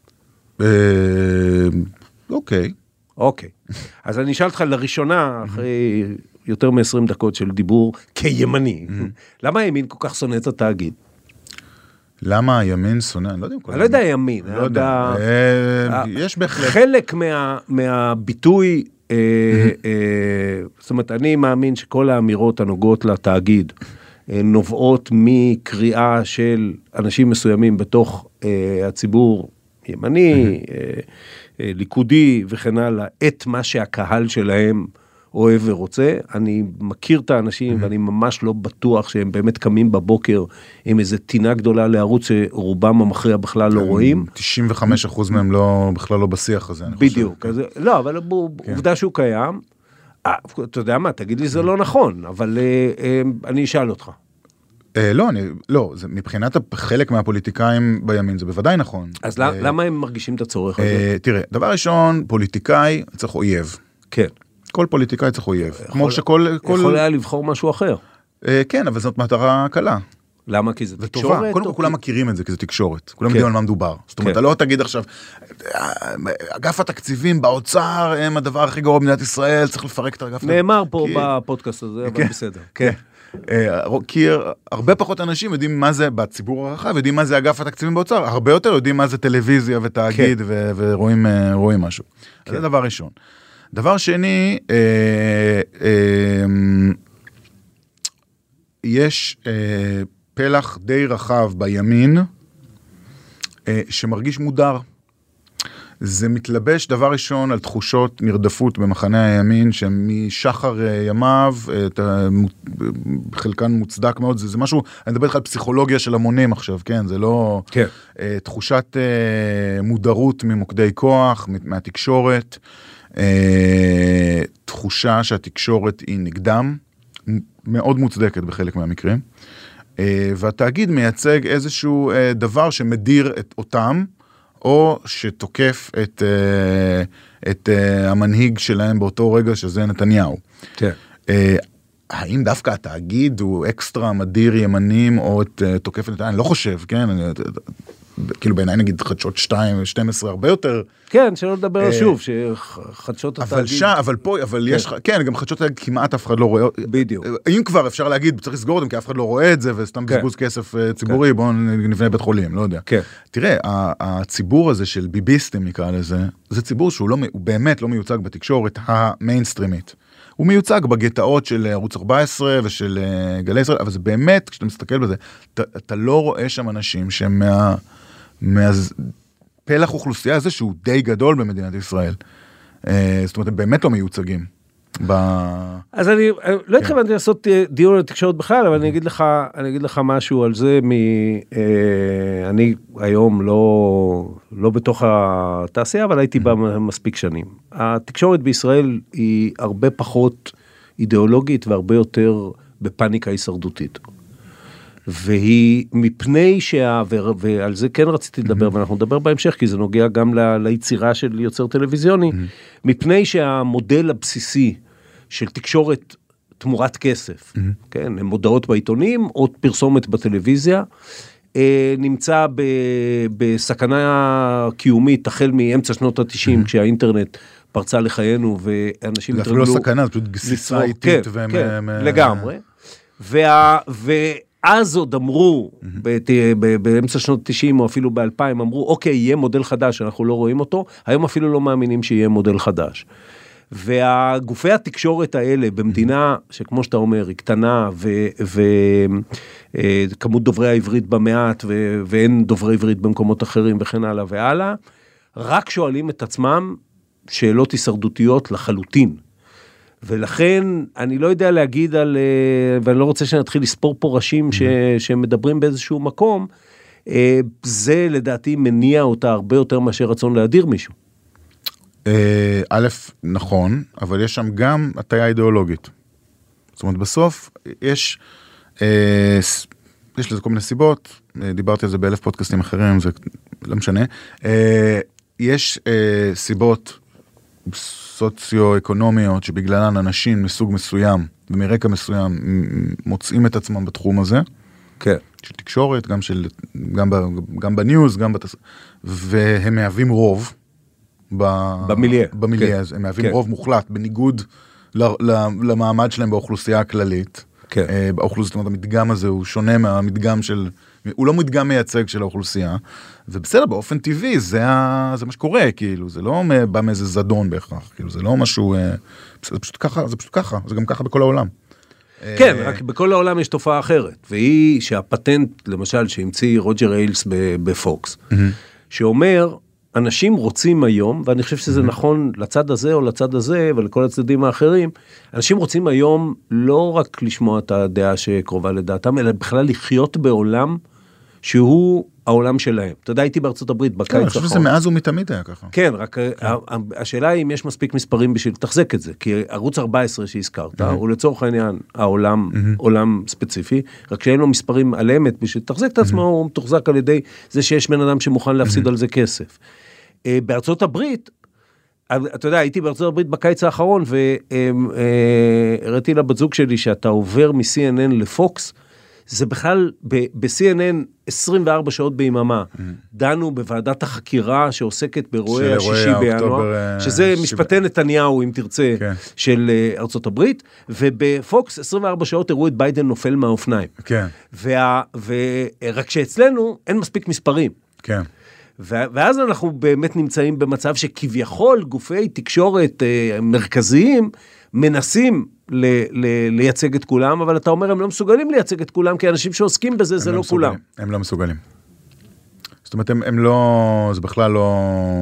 אוקיי. אז אני אשאל אותך לראשונה, אחרי יותר מ-20 דקות של דיבור כימני, למה הימין כל כך שונא את התאגיד? למה הימין שונא? אני לא יודע. אני לא יודע הימין. לא יודע. יש בהחלט. חלק מהביטוי, זאת אומרת, אני מאמין שכל האמירות הנוגעות לתאגיד, נובעות מקריאה של אנשים מסוימים בתוך הציבור ימני, ליכודי וכן הלאה, את מה שהקהל שלהם אוהב ורוצה. אני מכיר את האנשים, ואני ממש לא בטוח שהם באמת קמים בבוקר עם איזו טינה גדולה לערוץ שרובם המכריע בכלל לא רואים. 95% מהם בכלל לא בשיח הזה. בדיוק. לא, אבל עובדה שהוא קיים. אתה יודע מה, תגיד לי זה לא נכון, אבל אני אשאל אותך. לא, מבחינת חלק מהפוליטיקאים בימין, זה בוודאי נכון. אז למה הם מרגישים את הצורך הזה? תראה, דבר ראשון, פוליטיקאי צריך אויב. כן. כל פוליטיקאי צריך אויב. יכול היה לבחור משהו אחר. כן, אבל זאת מטרה קלה. למה? כי זה תקשורת? קודם כל כולם מכירים את זה, כי זה תקשורת. כולם יודעים על מה מדובר. זאת אומרת, אתה לא תגיד עכשיו, אגף התקציבים באוצר הם הדבר הכי גרוע במדינת ישראל, צריך לפרק את האגף. נאמר פה בפודקאסט הזה, אבל בסדר. כן. כי הרבה פחות אנשים יודעים מה זה בציבור הרחב, יודעים מה זה אגף התקציבים באוצר, הרבה יותר יודעים מה זה טלוויזיה ותאגיד ורואים משהו. זה דבר ראשון. דבר שני, יש פלח די רחב בימין שמרגיש מודר. זה מתלבש דבר ראשון על תחושות נרדפות במחנה הימין, שמשחר ימיו, חלקן מוצדק מאוד, זה משהו, אני מדבר לך על פסיכולוגיה של המונים עכשיו, כן? זה לא תחושת מודרות ממוקדי כוח, מהתקשורת, תחושה שהתקשורת היא נגדם, מאוד מוצדקת בחלק מהמקרים, והתאגיד מייצג איזשהו דבר שמדיר אותם, או שתוקף את המנהיג שלהם באותו רגע שזה נתניהו. כן. האם דווקא התאגיד הוא אקסטרה מדיר ימנים או תוקף את נתניהו? אני לא חושב, כן? כאילו בעיניי נגיד חדשות 12 הרבה יותר. כן, שלא לדבר שוב, שחדשות התאגיד. אבל יש, כן, גם חדשות התאגיד כמעט אף אחד לא רואה. בדיוק. אם כבר אפשר להגיד, צריך לסגור אותם, כי אף אחד לא רואה את זה, וסתם בזבוז כסף ציבורי, בואו נבנה בית חולים, לא יודע. תראה, הציבור הזה של ביביסטים נקרא לזה, זה ציבור שהוא באמת לא מיוצג בתקשורת המיינסטרימית. הוא מיוצג בגטאות של ערוץ 14 ושל גלי ישראל, אבל זה באמת, כשאתה מסתכל בזה, אתה לא רואה שם אנשים שהם מהפלח אוכלוסייה הזה שהוא די גדול במדינת ישראל. זאת אומרת, הם באמת לא מיוצגים. אז אני לא התכוונתי לעשות דיון על תקשורת בכלל, אבל אני אגיד לך משהו על זה, אני היום לא בתוך התעשייה, אבל הייתי בה מספיק שנים. התקשורת בישראל היא הרבה פחות אידיאולוגית והרבה יותר בפאניקה הישרדותית. והיא מפני ועל זה כן רציתי לדבר, ואנחנו נדבר בהמשך, כי זה נוגע גם ליצירה של יוצר טלוויזיוני, מפני שהמודל הבסיסי של תקשורת תמורת כסף, כן, הם מודעות בעיתונים, או פרסומת בטלוויזיה, נמצא בסכנה קיומית, החל מאמצע שנות ה-90, כשהאינטרנט פרצה לחיינו, ואנשים זה אפילו לא סכנה, זה פשוט גסיסה איטית. כן, לגמרי. אז עוד אמרו, באמצע שנות 90 או אפילו ב-2000, אמרו, אוקיי, יהיה מודל חדש, אנחנו לא רואים אותו, היום אפילו לא מאמינים שיהיה מודל חדש. והגופי התקשורת האלה, במדינה שכמו שאתה אומר, היא קטנה, וכמות דוברי העברית במעט, ואין דוברי עברית במקומות אחרים, וכן הלאה והלאה, רק שואלים את עצמם שאלות הישרדותיות לחלוטין. ולכן אני לא יודע להגיד ואני לא רוצה שנתחיל לספור פה ראשים שמדברים באיזשהו מקום, זה לדעתי מניע אותה הרבה יותר מאשר רצון להדיר מישהו. א', נכון, אבל יש שם גם הטיה אידיאולוגית. זאת אומרת, בסוף יש לזה כל מיני סיבות, דיברתי על זה באלף פודקאסטים אחרים, זה לא משנה. יש סיבות סוציו-אקונומיות שבגללן אנשים מסוג מסוים ומרקע מסוים מוצאים את עצמם בתחום הזה. כן. של תקשורת, גם בניוז, והם מהווים רוב במיליה. אז הם מהווים רוב מוחלט, בניגוד למעמד שלהם באוכלוסייה הכללית. באוכלוסייה, זאת אומרת, המדגם הזה הוא שונה מהמדגם הוא לא מדגם מייצג של האוכלוסייה, ובסדר, באופן טבעי, זה מה שקורה, כאילו, זה לא בא מאיזה זדון בהכרח, כאילו, זה לא משהו, זה פשוט ככה, זה גם ככה בכל העולם. כן, רק בכל העולם יש תופעה אחרת, והיא שהפטנט, למשל, שהמציא רוג'ר איילס בפוקס, שאומר, אנשים רוצים היום, ואני חושב שזה נכון לצד הזה או לצד הזה, ולכל הצדדים האחרים, אנשים רוצים היום לא רק לשמוע את הדעה שקרובה לדעתם, אלא בכלל לחיות בעולם שהוא העולם שלהם. אתה יודע, הייתי בארצות הברית בקיץ האחרון. אני חושב שזה מאז ומתמיד היה ככה. כן, רק השאלה היא אם יש מספיק מספרים בשביל לתחזק את זה, כי ערוץ 14 שהזכרת, הוא לצורך העניין העולם, עולם ספציפי, רק שאין לו מספרים על אמת בשביל לתחזק את עצמו, הוא מתוחזק על ידי זה שיש בן אדם שמוכן להפסיד על זה כסף. בארצות הברית, אתה יודע, הייתי בארצות הברית בקיץ האחרון, והראיתי לבת זוג שלי שאתה עובר מ-CNN לפוקס, זה בכלל, ב-CNN 24 שעות ביממה, דנו בוועדת החקירה שעוסקת באירועי השישי בינואר, שזה משפטי נתניהו, אם תרצה, של ארצות הברית, ובפוקס 24 שעות הראו את ביידן נופל מהאופניים. ורק שאצלנו אין מספיק מספרים. כן. ואז אנחנו באמת נמצאים במצב שכביכול גופי תקשורת מרכזיים מנסים לייצג את כולם, אבל אתה אומר, הם לא מסוגלים לייצג את כולם, כי אנשים שעוסקים בזה, זה לא כולם. הם לא מסוגלים. זאת אומרת, הם לא, זה בכלל לא...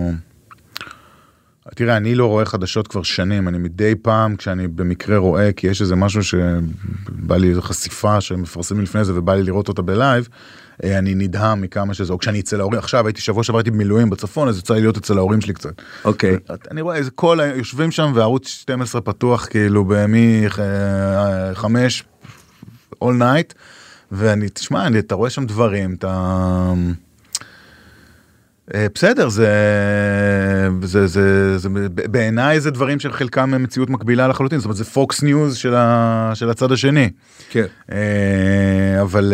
תראה, אני לא רואה חדשות כבר שנים, אני מדי פעם, כשאני במקרה רואה, כי יש איזה משהו שבא לי, איזו חשיפה שמפרסמים לפני זה, ובא לי לראות אותה בלייב, אני נדהם מכמה שזה, או כשאני אצל ההורים, עכשיו הייתי שבוע שעברתי במילואים בצפון, אז יצא לי להיות אצל ההורים שלי קצת. אוקיי. אני רואה איזה כל, יושבים שם, וערוץ 12 פתוח, כאילו, מ-5, all night, ואני, תשמע, אתה רואה שם דברים, אתה... בסדר, בעיניי זה דברים של חלקם מציאות מקבילה לחלוטין, זאת אומרת, זה פוקס ניוז של הצד השני. כן. אבל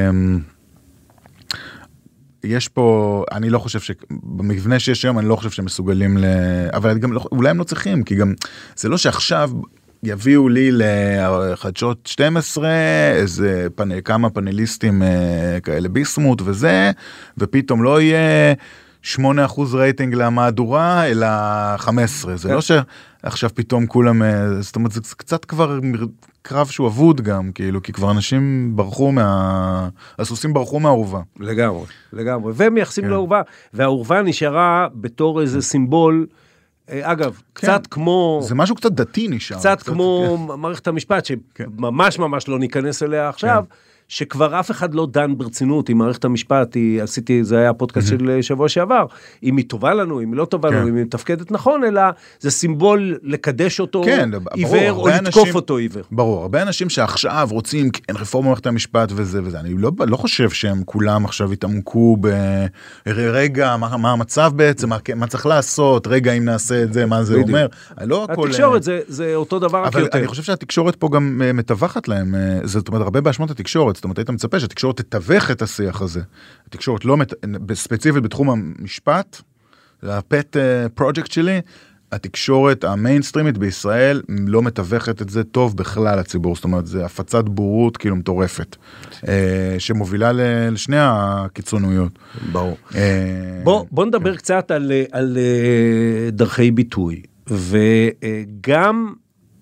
יש פה, אני לא חושב במבנה שיש היום, אני לא חושב שהם מסוגלים אבל גם אולי הם לא צריכים, כי גם זה לא שעכשיו יביאו לי לחדשות 12, איזה כמה פאנליסטים כאלה ביסמוט וזה, ופתאום לא יהיה 8% רייטינג למהדורה, אלא 15. זה לא שעכשיו פתאום כולם, זאת אומרת, זה קצת כבר קרב שהוא אבוד גם, כאילו, כי כבר אנשים ברחו הסוסים ברחו מהעורבה. לגמרי, לגמרי. והם מייחסים לעורבה, והעורבה נשארה בתור איזה סימבול, אגב, קצת כמו... זה משהו קצת דתי נשאר. קצת כמו מערכת המשפט, שממש ממש לא ניכנס אליה עכשיו, שכבר אף אחד לא דן ברצינות עם מערכת המשפט, זה היה הפודקאסט של שבוע שעבר, אם היא טובה לנו, אם היא לא טובה לנו, אם היא מתפקדת נכון, אלא זה סימבול לקדש אותו עיוור, או לתקוף אותו עיוור. ברור, הרבה אנשים שעכשיו רוצים, אין רפורמה במערכת המשפט וזה וזה, אני לא חושב שהם כולם עכשיו התעמקו ברגע, מה המצב בעצם, מה צריך לעשות, רגע אם נעשה את זה, מה זה אומר. התקשורת זה אותו דבר רק יותר. אבל אני חושב שהתקשורת פה גם מתווכת להם, זאת אומרת, הרבה באשמות התקשורת, זאת אומרת, היית מצפה שהתקשורת תתווך את השיח הזה. התקשורת לא, ספציפית בתחום המשפט, הפט פרויקט שלי, התקשורת המיינסטרימית בישראל לא מתווכת את זה טוב בכלל לציבור. זאת אומרת, זה הפצת בורות כאילו מטורפת, שמובילה לשני הקיצוניות. ברור. בוא נדבר קצת על דרכי ביטוי, וגם...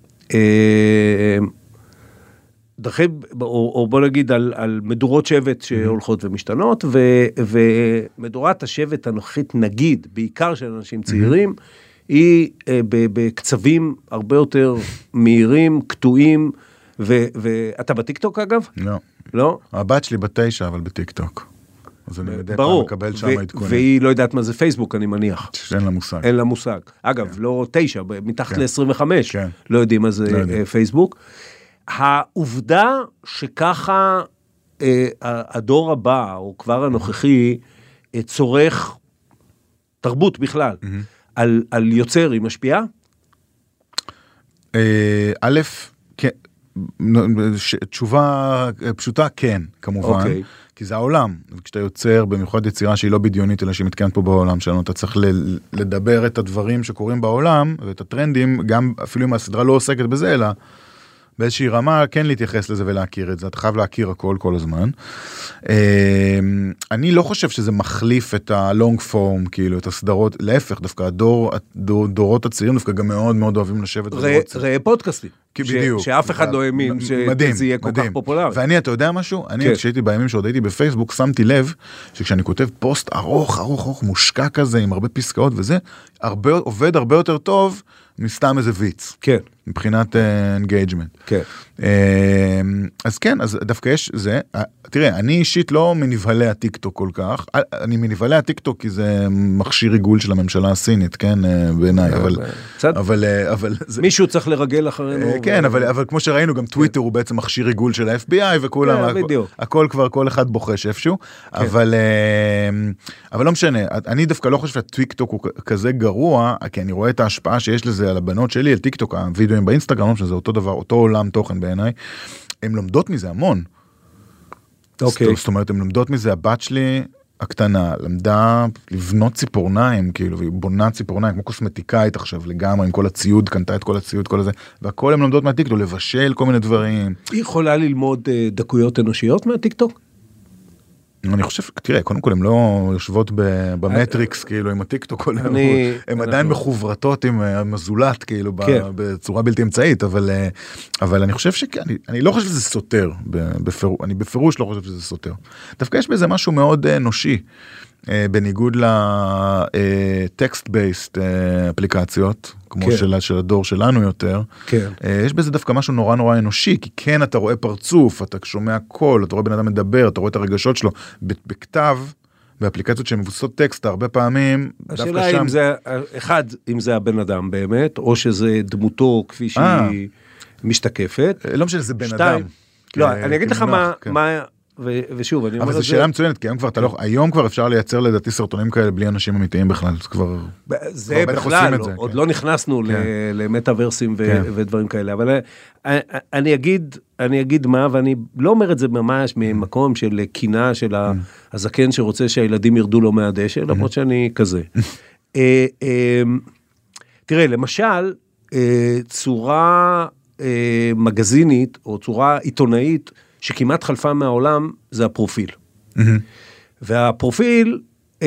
דרכי, או בוא נגיד על מדורות שבט שהולכות ומשתנות, ומדורת השבט הנוכחית, נגיד, בעיקר של אנשים צעירים, היא בקצבים הרבה יותר מהירים, קטועים, ואתה בטיקטוק אגב? לא. לא? הבת שלי ב9, אבל בטיקטוק. אז אני מדי פעם מקבל שם עדכונים. והיא לא יודעת מה זה פייסבוק, אני מניח. אין לה מושג. אין לה מושג. אגב, לא 9, מתחת ל-25, לא יודעים מה זה פייסבוק. העובדה שככה הדור הבא, או כבר הנוכחי, צורך תרבות בכלל, על יוצר, היא משפיעה? א', תשובה פשוטה, כן, כמובן, כי זה העולם, וכשאתה יוצר במיוחד יצירה שהיא לא בדיונית, אלא שהיא מתקנת פה בעולם שלנו, אתה צריך לדבר את הדברים שקורים בעולם, ואת הטרנדים, גם אפילו אם הסדרה לא עוסקת בזה, אלא באיזושהי רמה כן להתייחס לזה ולהכיר את זה, אתה חייב להכיר הכל כל הזמן. אני לא חושב שזה מחליף את הלונג פורם, כאילו את הסדרות, להפך, דווקא הדורות הצעירים דווקא גם מאוד מאוד אוהבים לשבת. ראה פודקאסטים, שאף אחד לא האמין שזה יהיה כל כך פופולרי. ואני, אתה יודע משהו? אני כשהייתי בימים שעוד הייתי בפייסבוק, שמתי לב שכשאני כותב פוסט ארוך, מושקע כזה, עם הרבה פסקאות וזה, עובד הרבה יותר טוב מסתם איזה ויץ. כן. מבחינת engagement. כן. אז כן, אז דווקא יש זה, תראה, אני אישית לא מנבהלי הטיקטוק כל כך, אני מנבהלי הטיקטוק כי זה מכשיר ריגול של הממשלה הסינית, כן, בעיניי, אבל מישהו צריך לרגל אחרינו. כן, אבל כמו שראינו, גם טוויטר הוא בעצם מכשיר ריגול של ה-FBI, וכולם, הכל כבר, כל אחד בוחש איפשהו, אבל לא משנה, אני דווקא לא חושב שהטיקטוק הוא כזה גרוע, כי אני רואה את ההשפעה שיש לזה על הבנות שלי, על טיקטוק, הווידאוים באינסטגרם, שזה אותו דבר, אותו עולם תוכן בעיניי, הן לומדות מזה המון. אוקיי. זאת אומרת, הן לומדות מזה, הבת שלי הקטנה, למדה לבנות ציפורניים, כאילו, והיא בונה ציפורניים, כמו קוסמטיקאית עכשיו, לגמרי, עם כל הציוד, קנתה את כל הציוד, כל הזה, והכל הן לומדות מהטיקטוק, לבשל כל מיני דברים. היא יכולה ללמוד דקויות אנושיות מהטיקטוק? אני חושב, תראה, קודם כל, הן לא יושבות במטריקס, כאילו, עם הטיקטוק, הן עדיין מחוברתות עם המזולת, כאילו, בצורה בלתי אמצעית, אבל אני חושב אני לא חושב שזה סותר, אני בפירוש לא חושב שזה סותר. דווקא יש בזה משהו מאוד אנושי, בניגוד לטקסט-בייסט אפליקציות, כמו של הדור שלנו יותר, יש בזה דווקא משהו נורא נורא אנושי, כי כן אתה רואה פרצוף, אתה שומע קול, אתה רואה בן אדם מדבר, אתה רואה את הרגשות שלו, בכתב, באפליקציות שמבוססות טקסט, הרבה פעמים, השאלה אם זה, אחד, אם זה הבן אדם באמת, או שזה דמותו כפי שהיא משתקפת. לא משנה, זה בן אדם. לא, אני אגיד לך מה ושוב, אני אומר אבל זו שאלה מצוינת, כי היום כבר אפשר לייצר לדעתי סרטונים כאלה בלי אנשים אמיתיים בכלל, זה בכלל, עוד לא נכנסנו למטאברסים ודברים כאלה, אבל אני אגיד מה, ואני לא אומר את זה ממש ממקום של קינה של הזקן שרוצה שהילדים ירדו לו מהדשא, למרות שאני כזה. תראה, למשל, צורה מגזינית, או צורה עיתונאית, שכמעט חלפה מהעולם, זה הפרופיל. והפרופיל,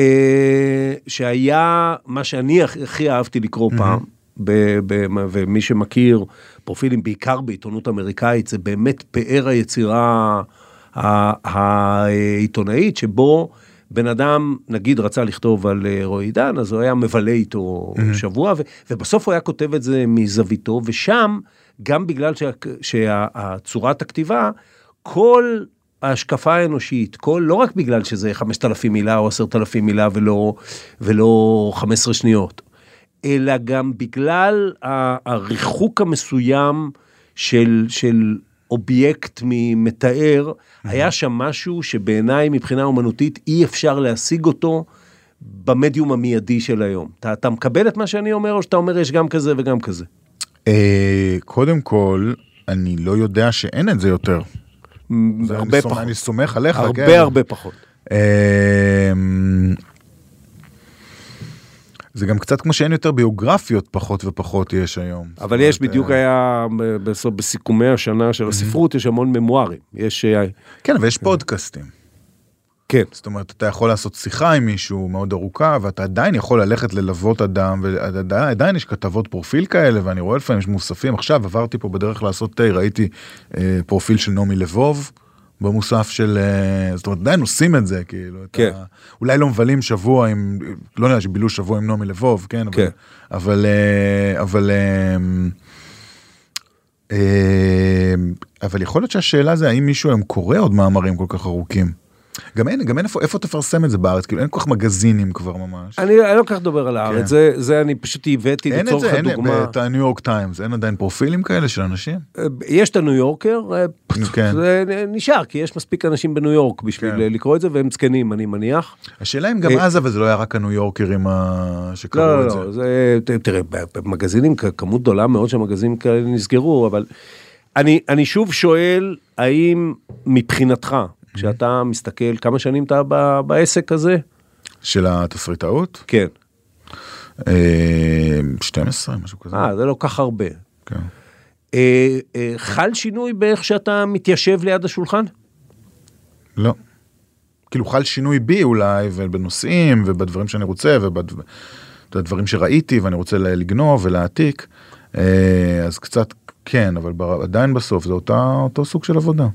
שהיה מה שאני הכי אהבתי לקרוא פעם, ומי שמכיר פרופילים בעיקר בעיתונות אמריקאית, זה באמת פאר היצירה העיתונאית, שבו בן אדם, נגיד, רצה לכתוב על רועי דן, אז הוא היה מבלה איתו שבוע, ובסוף הוא היה כותב את זה מזוויתו, ושם, גם בגלל שהצורת הכתיבה, כל ההשקפה האנושית, לא רק בגלל שזה 5,000 מילה או 10,000 מילה ולא 15 שניות, אלא גם בגלל הריחוק המסוים של אובייקט ממתאר, היה שם משהו שבעיניי מבחינה אומנותית אי אפשר להשיג אותו במדיום המיידי של היום. אתה מקבל את מה שאני אומר, או שאתה אומר יש גם כזה וגם כזה? קודם כל, אני לא יודע שאין את זה יותר. הרבה פחות. אני סומך עליך. הרבה פחות. זה גם קצת כמו שאין יותר ביוגרפיות פחות ופחות יש היום. אבל יש בדיוק היה, בסיכומי השנה של הספרות, יש המון ממוארים. כן, אבל יש פודקאסטים. כן. זאת אומרת, אתה יכול לעשות שיחה עם מישהו מאוד ארוכה, ואתה עדיין יכול ללכת ללוות אדם, ועדיין יש כתבות פרופיל כאלה, ואני רואה לפעמים יש מוספים. עכשיו עברתי פה בדרך לעשות תה, ראיתי פרופיל של נעמי לבוב, במוסף של, זאת אומרת, עדיין עושים את זה, כאילו. כן. אולי לא מבלים שבוע עם, לא נראה שבילו שבוע עם נעמי לבוב, כן? כן. אבל יכול להיות שהשאלה זה, האם מישהו היום קורא עוד מאמרים כל כך ארוכים? גם אין איפה תפרסם את זה בארץ, כאילו אין כל כך מגזינים כבר ממש. אני לא כך דובר על הארץ, זה אני פשוט הבאתי לצורך הדוגמה. אין את הניו יורק טיימס, אין עדיין פרופילים כאלה של אנשים? יש את הניו יורקר, זה נשאר, כי יש מספיק אנשים בניו יורק בשביל לקרוא את זה, והם צקנים, אני מניח. השאלה אם גם אז, אבל זה לא היה רק הניו יורקרים שקראו את זה. לא, תראה, במגזינים, כמות גדולה מאוד שהמגזינים כאלה נסגרו, אבל אני שוב שואל, האם מבחינתך, כשאתה מסתכל, כמה שנים אתה בעסק הזה? של התסריטאות? כן. 12, משהו כזה. זה לא כך הרבה. כן. חל שינוי באיך שאתה מתיישב ליד השולחן? לא. כאילו חל שינוי בי אולי, ובנושאים, ובדברים שאני רוצה, ובדברים שראיתי, ואני רוצה לגנוב ולהעתיק, אז קצת כן, אבל עדיין בסוף זה אותו סוג של עבודה.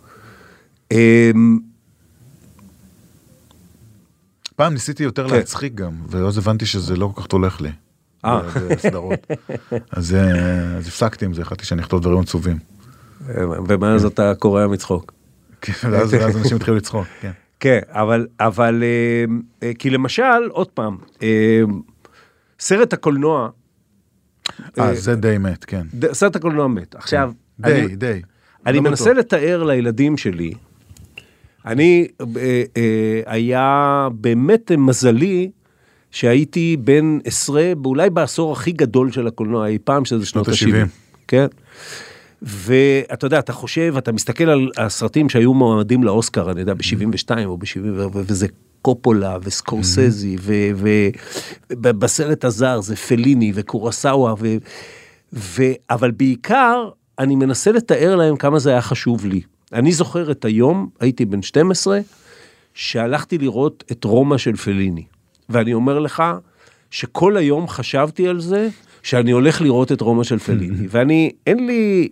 פעם ניסיתי יותר להצחיק גם, ואז הבנתי שזה לא כל כך הולך לי. בסדרות. אז הפסקתי עם זה, החלטתי שאני אכתוב דברים עצובים. ומאז אתה קורא מצחוק. ואז אנשים התחילו לצחוק, כן. כן, אבל, כי למשל, עוד פעם, סרט הקולנוע, זה די מת, כן. סרט הקולנוע מת. עכשיו, די. אני מנסה לתאר לילדים שלי, אני, היה באמת מזלי, שהייתי בין 10, אולי בעשור הכי גדול של הקולנוע, אי פעם שזה שנות ה-70. כן? ואתה יודע, אתה חושב, אתה מסתכל על הסרטים שהיו מועמדים לאוסקר, אני יודע, ב-72 או ב-70, וזה קופולה וסקורסזי, ובסרט הזר זה פליני וקורסאווה, אבל בעיקר, אני מנסה לתאר להם כמה זה היה חשוב לי. אני זוכר את היום, הייתי בן 12, שהלכתי לראות את רומא של פליני. ואני אומר לך, שכל היום חשבתי על זה, שאני הולך לראות את רומא של פליני. ואני, אין לי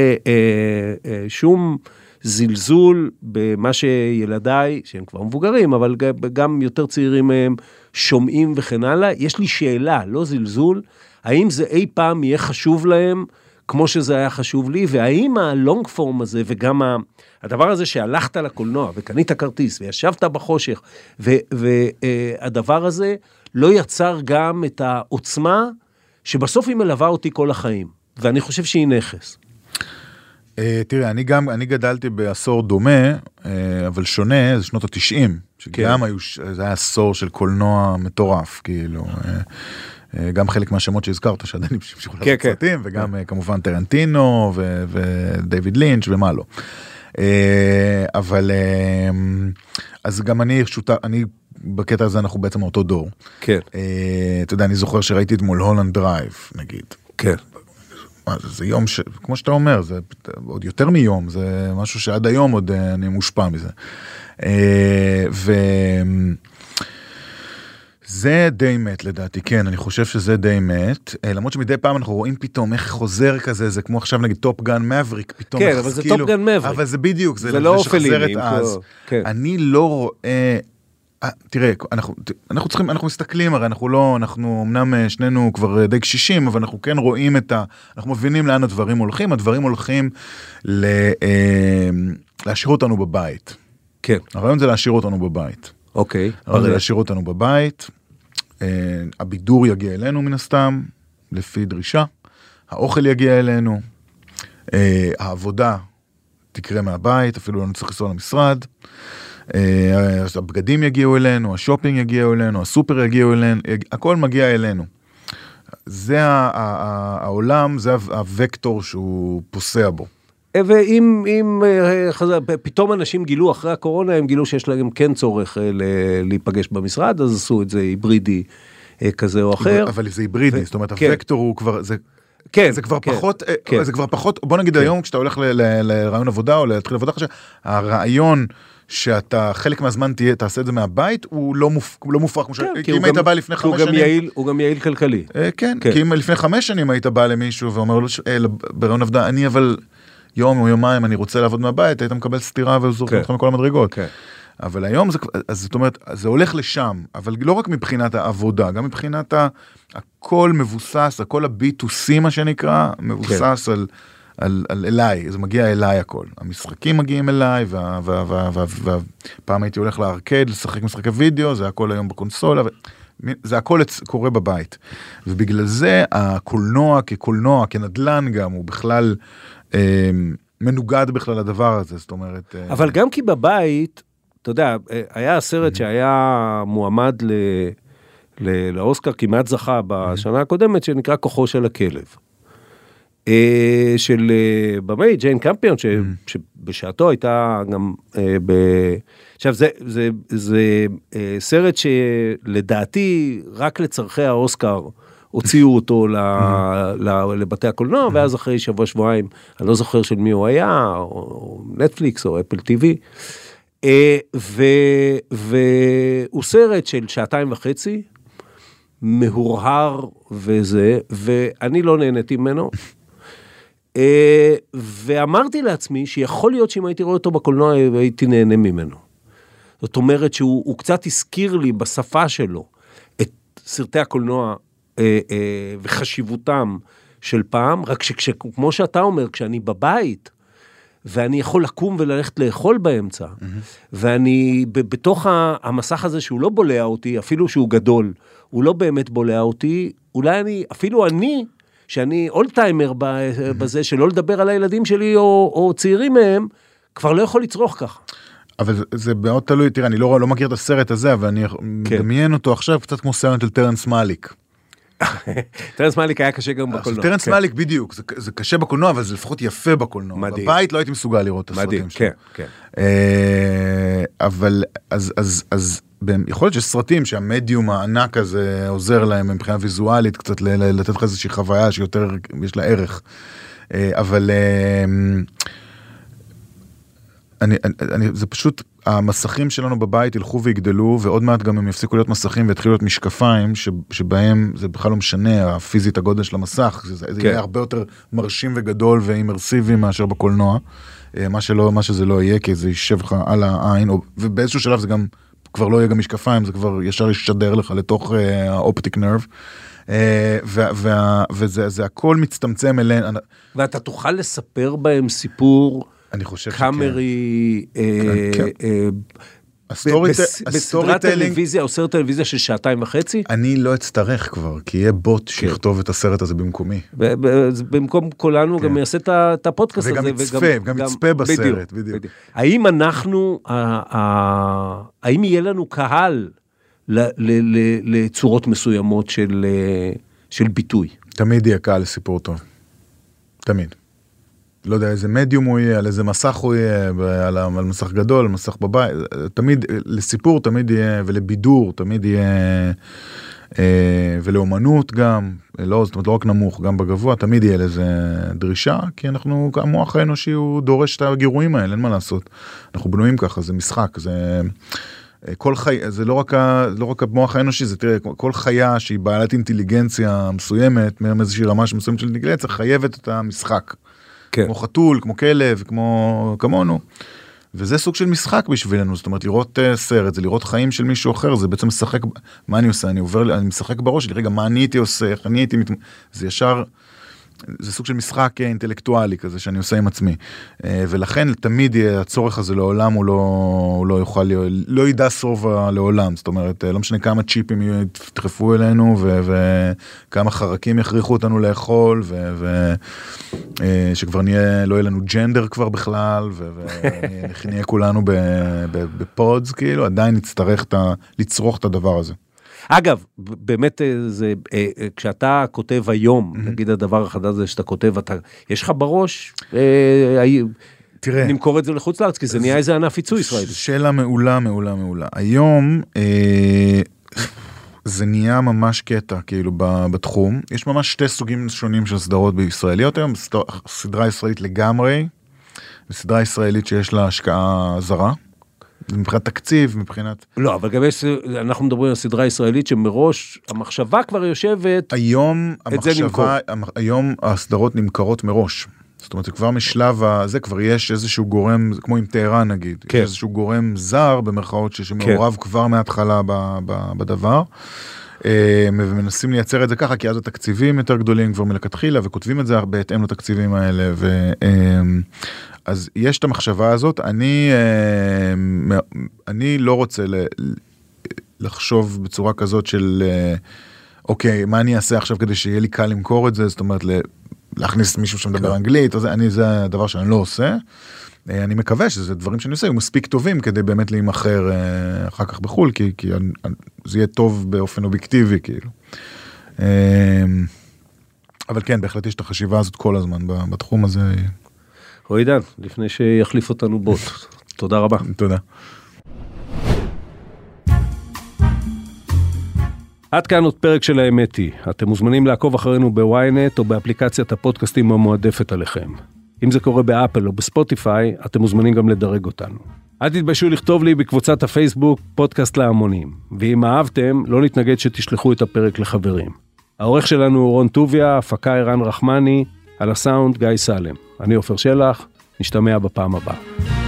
שום זלזול במה שילדיי, שהם כבר מבוגרים, אבל גם יותר צעירים מהם, שומעים וכן הלאה. יש לי שאלה, לא זלזול, האם זה אי פעם יהיה חשוב להם, כמו שזה היה חשוב לי, והאם הלונג פורם הזה, וגם הדבר הזה שהלכת לקולנוע, וקנית כרטיס, וישבת בחושך, והדבר הזה לא יצר גם את העוצמה, שבסוף היא מלווה אותי כל החיים, ואני חושב שהיא נכס. תראה, אני גדלתי בעשור דומה, אבל שונה, זה שנות ה-90, שגם זה היה עשור של קולנוע מטורף, כאילו, גם חלק מהשמות שהזכרת, שעדיין המשיכו לעשות סרטים, וגם כמובן טרנטינו, ודייוויד לינץ' ומה לא. אבל, אז גם אני בקטע הזה אנחנו בעצם אותו דור. כן. אתה יודע, אני זוכר שראיתי את מול הולנד דרייב, נגיד. כן. זה יום, כמו שאתה אומר, זה עוד יותר מיום, זה משהו שעד היום עוד אני מושפע מזה. זה די מת לדעתי, כן, אני חושב שזה די מת, למרות שמדי פעם אנחנו רואים פתאום איך חוזר כזה, זה כמו עכשיו נגיד טופ גן מבריק, פתאום כן, אבל זה טופ גן מבריק. אבל זה בדיוק, זה לא שחזרת אז. אני לא רואה, תראה, אנחנו מסתכלים, הרי אנחנו אמנם שנינו כבר די קשישים, אבל אנחנו כן רואים אנחנו מבינים לאן הדברים הולכים להשאיר אותנו בבית. כן. הרעיון זה להשאיר אותנו בבית. אוקיי. הרעיון זה להשאיר אותנו בבית, הבידור יגיע אלינו מן הסתם, לפי דרישה, האוכל יגיע אלינו, העבודה תקרה מהבית, אפילו לא נצטרך לנסוע למשרד, הבגדים יגיעו אלינו, השופינג יגיעו אלינו, הסופר יגיעו אלינו, הכל מגיע אלינו. זה העולם, זה הוקטור שהוא פוסע בו. ואם פתאום אנשים גילו אחרי הקורונה, הם גילו שיש להם כן צורך להיפגש במשרד, אז עשו את זה היברידי כזה או אחר. אבל זה היברידי, זאת אומרת, הוקטור הוא כבר, זה כבר פחות, בוא נגיד היום, כשאתה הולך לרעיון עבודה, או להתחיל עבודה חדשה, הרעיון שאתה חלק מהזמן תעשה את זה מהבית, הוא לא מופרך, כי אם היית בא לפני 5 שנים... הוא גם יעיל כלכלי. כן, כי אם לפני 5 שנים היית בא למישהו, ואומר לו, ברעיון עבודה, אני אבל יום או יומיים אני רוצה לעבוד מהבית, היית מקבל סתירה וזורקים אותך מכל המדרגות. אבל היום, זאת אומרת, זה הולך לשם, אבל לא רק מבחינת העבודה, גם מבחינת הכל מבוסס, הכל ה-B2C מה שנקרא, מבוסס על אליי, זה מגיע אליי הכל. המשחקים מגיעים אליי, והפעם הייתי הולך לארקד, לשחק משחקי וידאו, זה הכל היום בקונסולה, זה הכל קורה בבית. ובגלל זה הקולנוע כקולנוע, כנדלן גם, הוא בכלל מנוגד בכלל לדבר הזה, זאת אומרת... אבל גם כי בבית, אתה יודע, היה הסרט שהיה מועמד לאוסקר, כמעט זכה בשנה הקודמת, שנקרא כוחו של הכלב. של במאי, ג'יין קמפיון, שבשעתו הייתה גם עכשיו, זה סרט שלדעתי, רק לצרכי האוסקר, הוציאו אותו לבתי הקולנוע, ואז אחרי שבוע-שבועיים, אני לא זוכר של מי הוא היה, או נטפליקס, או אפל טיווי, והוא סרט של 2.5, מהורהר וזה, ואני לא נהניתי ממנו, ואמרתי לעצמי שיכול להיות שאם הייתי רואה אותו בקולנוע, הייתי נהנה ממנו. זאת אומרת שהוא קצת הזכיר לי בשפה שלו את סרטי הקולנוע וחשיבותם של פעם, רק שכמו שאתה אומר, כשאני בבית, ואני יכול לקום וללכת לאכול באמצע, ואני בתוך המסך הזה שהוא לא בולע אותי, אפילו שהוא גדול, הוא לא באמת בולע אותי, אולי אפילו אני, שאני אולטיימר בזה, שלא לדבר על הילדים שלי או צעירים מהם, כבר לא יכול לצרוך ככה. אבל זה מאוד תלוי, תראה, אני לא מכיר את הסרט הזה, אבל אני מדמיין אותו עכשיו קצת כמו סרט של טרנס מאליק. טרנס מאליק היה קשה גם בקולנוע. טרנס מאליק בדיוק, זה קשה בקולנוע, אבל זה לפחות יפה בקולנוע. בבית לא הייתי מסוגל לראות את הסרטים שלו. אבל אז יכול להיות שיש סרטים שהמדיום הענק הזה עוזר להם מבחינה ויזואלית, קצת לתת לך איזושהי חוויה שיותר יש לה ערך. אבל זה פשוט, המסכים שלנו בבית ילכו ויגדלו, ועוד מעט גם הם יפסיקו להיות מסכים והתחילו להיות משקפיים, שבהם זה בכלל לא משנה, הפיזית הגודל של המסך, זה יהיה הרבה יותר מרשים וגדול ואימרסיבי מאשר בקולנוע, מה שזה לא יהיה, כי זה יישב לך על העין, ובאיזשהו שלב זה גם כבר לא יהיה גם משקפיים, זה כבר ישר ישדר לך לתוך האופטיק נרב, וזה הכל מצטמצם אליהן. ואתה תוכל לספר בהם סיפור אני חושב קאמרי, בסדרת טלוויזיה או סרט טלוויזיה של 2.5? אני לא אצטרך כבר, כי יהיה בוט שיכתוב את הסרט הזה במקומי. במקום כולנו גם יעשה את הפודקאסט הזה. וגם יצפה בסרט, בדיוק. האם אנחנו, האם יהיה לנו קהל לצורות מסוימות של ביטוי? תמיד יהיה קהל לסיפור טוב. תמיד. לא יודע, איזה מדיום הוא יהיה, על איזה מסך הוא יהיה, על מסך גדול, על מסך בבית, תמיד, לסיפור תמיד יהיה, ולבידור תמיד יהיה, ולאומנות גם, זאת אומרת, לא רק נמוך, גם בגבוה, תמיד יהיה לזה דרישה, כי אנחנו, המוח האנושי הוא דורש את הגירויים האלה, אין מה לעשות. אנחנו בנויים ככה, זה משחק, זה כל חי, זה לא רק המוח האנושי, זה תראה, כל חיה שהיא בעלת אינטליגנציה מסוימת, מאיזושהי רמה מסוימת של אינטליגנציה, חייבת את המשחק. כמו חתול, כמו כלב, כמונו. וזה סוג של משחק בשבילנו, זאת אומרת, לראות סרט, זה לראות חיים של מישהו אחר, זה בעצם משחק, מה אני עושה? אני משחק בראש שלי, רגע, מה אני הייתי עושה, איך אני הייתי, זה ישר, זה סוג של משחק אינטלקטואלי כזה, שאני עושה עם עצמי. ולכן, תמיד הצורך הזה לעולם, הוא לא יוכל, לא ידע סובה לעולם, זאת אומרת, לא משנה כמה צ'יפים יתחפו אלינו, וכמה חרקים יכריחו אותנו לאכול, שכבר לא יהיה לנו ג'נדר כבר בכלל, ונהיה כולנו בפודס, כאילו, עדיין נצטרך לצרוך את הדבר הזה. אגב, באמת, כשאתה כותב היום, נגיד הדבר החדש הזה שאתה כותב, יש לך בראש, נמכור את זה לחוץ לארץ, כי זה נהיה איזה ענף ייצוא ישראלי. שאלה מעולה, מעולה, מעולה. היום, זה נהיה ממש קטע, כאילו, בתחום. יש ממש שתי סוגים שונים של סדרות בישראליות היום, סדרה ישראלית לגמרי, וסדרה ישראלית שיש לה השקעה זרה. מבחינת תקציב, מבחינת... לא, אבל גם אנחנו מדברים על סדרה ישראלית שמראש המחשבה כבר יושבת, היום הסדרות נמכרות מראש. זאת אומרת, כבר משלב הזה כבר יש איזשהו גורם, כמו עם טהרן נגיד, יש איזשהו גורם זר במרכאות שמעורב כבר מההתחלה בדבר, ומנסים לייצר את זה ככה, כי אז התקציבים יותר גדולים כבר מלכתחילה, וכותבים את זה בהתאם לתקציבים האלה, אז יש את המחשבה הזאת, אני לא רוצה לחשוב בצורה כזאת של, אוקיי, מה אני אעשה עכשיו כדי שיהיה לי קל למכור את זה, זאת אומרת, להכניס מישהו שמדבר אנגלית, זה הדבר שאני לא עושה, אני מקווה שזה דברים שאני עושה, הם מספיק טובים כדי באמת להימחר אחר כך בחול, כי זה יהיה טוב באופן אובייקטיבי, כאילו. אבל כן, בהחלט יש את החשיבה הזאת כל הזמן בתחום הזה. עידן, לפני שיחליף אותנו בוט. תודה רבה. תודה. עד כאן עוד פרק של האמת היא. אתם מוזמנים לעקוב אחרינו בוויינט או באפליקציית הפודקאסטים המועדפת עליכם. אם זה קורה באפל או בספוטיפיי, אתם מוזמנים גם לדרג אותנו. אל תתביישו לכתוב לי בקבוצת הפייסבוק פודקאסט להמונים. ואם אהבתם, לא נתנגד שתשלחו את הפרק לחברים. העורך שלנו הוא רון טוביה, הפקה ערן רחמני, על הסאונד גיא סלם. אני עופר שלח, נשתמע בפעם הבאה.